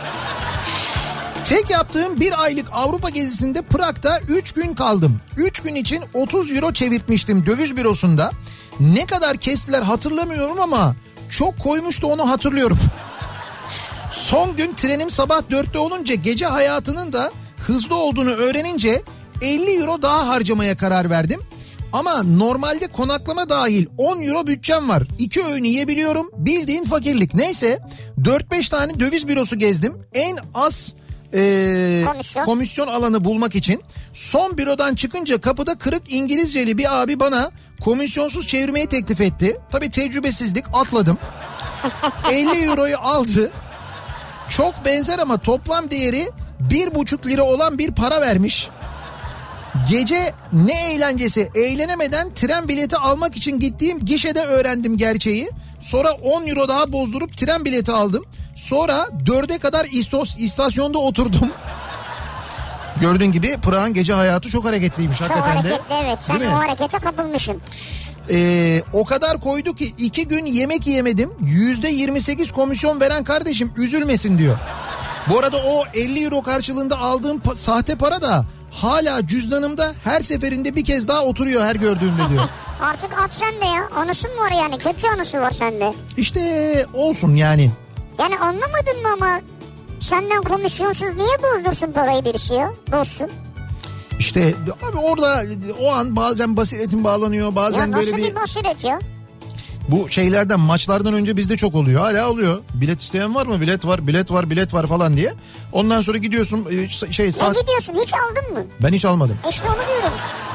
Tek yaptığım bir aylık Avrupa gezisinde Prag'da 3 gün kaldım. 3 gün için 30 euro çevirtmiştim döviz bürosunda. Ne kadar kestiler hatırlamıyorum ama çok koymuştu, onu hatırlıyorum. Son gün trenim sabah 4'te olunca gece hayatının da hızlı olduğunu öğrenince 50 euro daha harcamaya karar verdim. Ama normalde konaklama dahil 10 euro bütçem var. 2 öğün yiyebiliyorum. Bildiğin fakirlik. Neyse 4-5 tane döviz bürosu gezdim. En az komisyon alanı bulmak için. Son bürodan çıkınca kapıda kırık İngilizceli bir abi bana komisyonsuz çevirmeyi teklif etti. Tabii tecrübesizlik, atladım. 50 euroyu aldı. Çok benzer ama toplam değeri 1,5 lira olan bir para vermiş. Gece ne eğlencesi, eğlenemeden tren bileti almak için gittiğim gişede öğrendim gerçeği. Sonra 10 euro daha bozdurup tren bileti aldım. Sonra 4'e kadar istasyonda oturdum. Gördüğün gibi Prag'ın gece hayatı çok hareketliymiş Çok hakikaten de. hareketli, evet. Sen Değil mi? o harekete kapılmışsın. O kadar koydu ki 2 gün yemek yemedim. %28 komisyon veren kardeşim üzülmesin diyor. Bu arada o 50 euro karşılığında aldığım sahte para da hala cüzdanımda, her seferinde bir kez daha oturuyor her gördüğümde diyor. Artık at sende ya. Anısı mı var yani? Kötü anısı var sende. İşte olsun yani. Yani anlamadın mı ama senden komisyonsuz niye bozdursun parayı birisi ya? Bozsun. İşte abi orada o an bazen basiretin bağlanıyor, bazen Ya nasıl böyle bir basiret ya? bu şeylerden, maçlardan önce bizde çok oluyor. Hala oluyor. Bilet isteyen var mı? Bilet var, bilet var, bilet var falan diye. Ondan sonra gidiyorsun Ne gidiyorsun? Hiç aldın mı? Ben hiç almadım. İşte onu diyorum.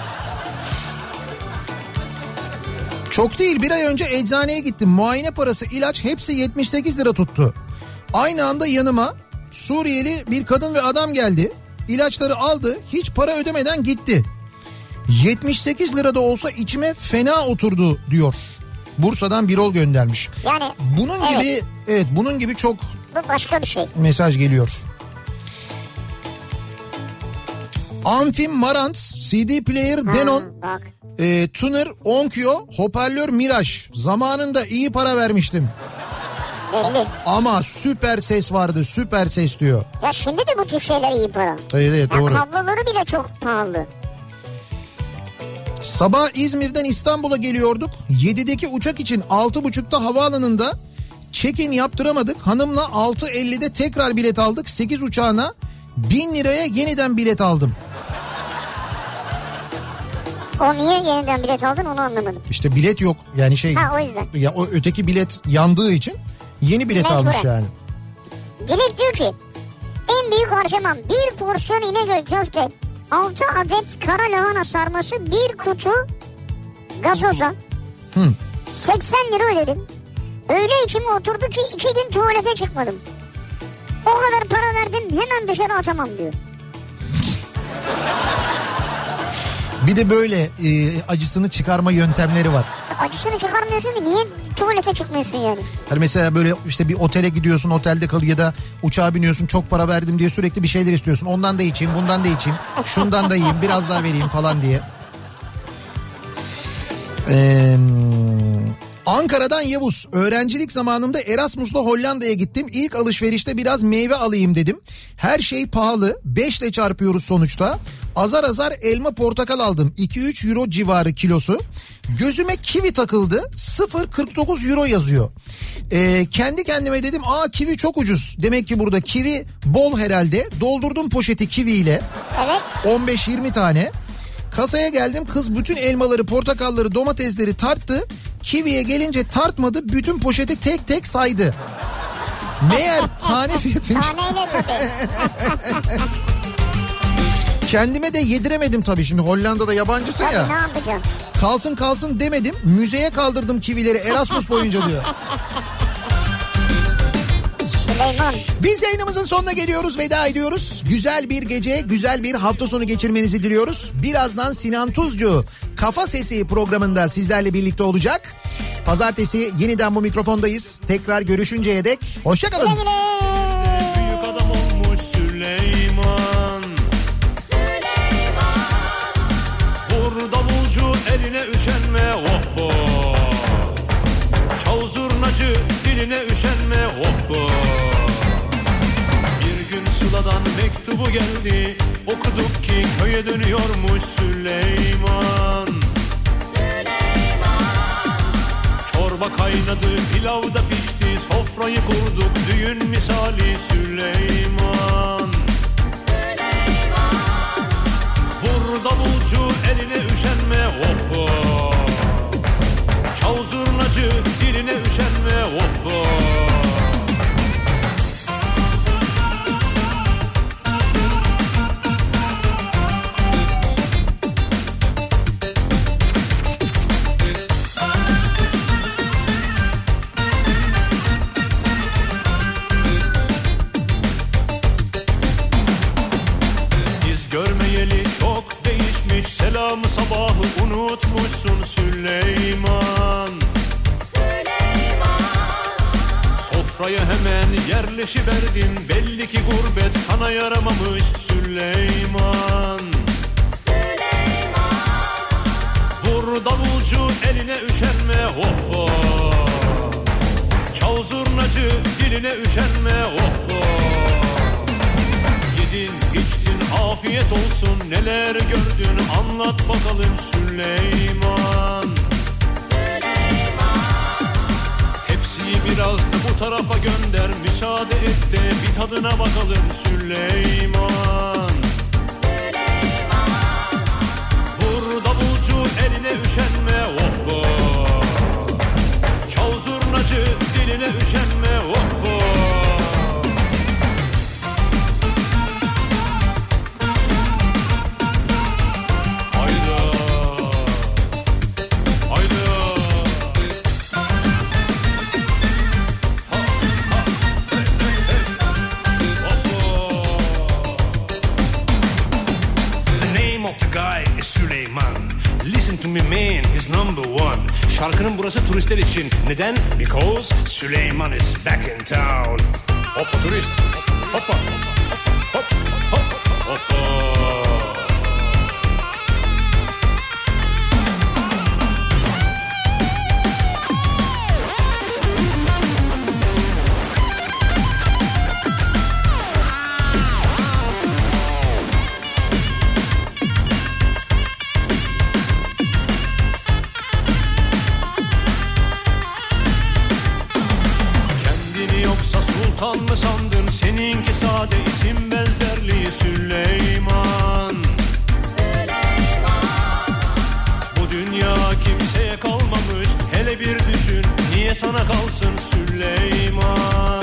Çok değil, bir ay önce eczaneye gittim. Muayene parası, ilaç hepsi 78 lira tuttu. Aynı anda yanıma Suriyeli bir kadın ve adam geldi. İlaçları aldı, hiç para ödemeden gitti. 78 lira da olsa içime fena oturdu diyor. Bursa'dan Birol göndermiş. Yani Bunun evet, gibi bunun gibi çok bu başka bir şey. mesaj geliyor. Amfim Marantz, CD player Denon, Bak. tuner Onkyo, hoparlör Mirage. Zamanında iyi para vermiştim. Belli. Ama süper ses vardı, süper ses diyor. Ya şimdi de bu tür şeyler iyi para. Evet Ya doğru. kabloları bile çok pahalı. Sabah İzmir'den İstanbul'a geliyorduk. 7'deki uçak için 6.30'da havaalanında check-in yaptıramadık. Hanımla 6.50'de tekrar bilet aldık. 8 uçağına 1000 liraya yeniden bilet aldım. O niye yeniden bilet aldın onu anlamadım. İşte bilet yok yani Ha o yüzden. Ya o öteki bilet yandığı için yeni bilet Mecburen. almış yani. Dilek diyor ki en büyük harcamam bir porsiyon İnegöl köfte, 6 adet kara lahana sarması, bir kutu gazoza. 80 lira ödedim. Öyle içime oturdu ki 2 gün tuvalete çıkmadım. O kadar para verdim, hemen dışarı atamam diyor. Bir de böyle acısını çıkarma yöntemleri var. Acısını çıkarmıyorsun ki niye tuvalete çıkmıyorsun yani? Hani mesela böyle işte bir otele gidiyorsun, otelde kalıyor ya da uçağa biniyorsun, çok para verdim diye sürekli bir şeyler istiyorsun. Ondan da içeyim, bundan da içeyim, şundan da yiyeyim, biraz daha vereyim falan diye. Ankara'dan Yavuz. Öğrencilik zamanımda Erasmus'la Hollanda'ya gittim. İlk alışverişte biraz meyve alayım dedim. Her şey pahalı. 5 ile çarpıyoruz sonuçta. Azar azar elma portakal aldım. 2-3 euro civarı kilosu. Gözüme kivi takıldı. 0,49 euro yazıyor. Kendi kendime dedim kivi çok ucuz. Demek ki burada kivi bol herhalde. Doldurdum poşeti kiviyle. Evet. 15-20 tane. Kasaya geldim, kız bütün elmaları, portakalları, domatesleri tarttı. Kiviye gelince tartmadı, bütün poşeti tek tek saydı. Meğer tane fiyatıymış. Taneyle tabii. Kendime de yediremedim tabii, şimdi Hollanda'da yabancısın Tabii ya. ne yapacaksın? Kalsın demedim, müzeye kaldırdım kivileri Erasmus boyunca diyor. Süleyman. Biz yayınımızın sonuna geliyoruz, veda ediyoruz. Güzel bir gece, güzel bir hafta sonu geçirmenizi diliyoruz. Birazdan Sinan Tuzcu Kafa Sesi programında sizlerle birlikte olacak. Pazartesi yeniden bu mikrofondayız. Tekrar görüşünceye dek hoşçakalın. Güle güle. Büyük adam olmuş Süleyman. Vur davulcu eline üşenme hoppo. Çal zurnacı diline üşenme hoppo. Bir gün Sıla'dan mektubu geldi. Okuduk ki köye dönüyormuş Süleyman. Çorba kaynadı, pilav da pişti, sofrayı kurduk, düğün misali Süleyman. Vur davulcu eline üşenme hoppo. Çal zurnacı diline üşenme hoppo. yerleşiverdin. Belli ki gurbet sana yaramamış Süleyman. Vur davulcu eline üşenme hoppa. Çal zurnacı diline üşenme hoppa. Yedin içtin afiyet olsun, neler gördün anlat bakalım Süleyman. Tepsiyi biraz da bu tarafa gönder, müsaade et de bir tadına bakalım Süleyman. Vur davulcu eline üşenme hoppa. Çal zurnacı diline üşenme hoppa. Listen to me man, he's number one. Şarkının burası turistler için. Neden? Because Süleyman is back in town. Hoppa turist. Hoppa. Hop hop hoppa. Sultan mı sandın seninki sade isim benzerliği Süleyman. Bu dünya kimseye kalmamış, hele bir düşün niye sana kalsın Süleyman.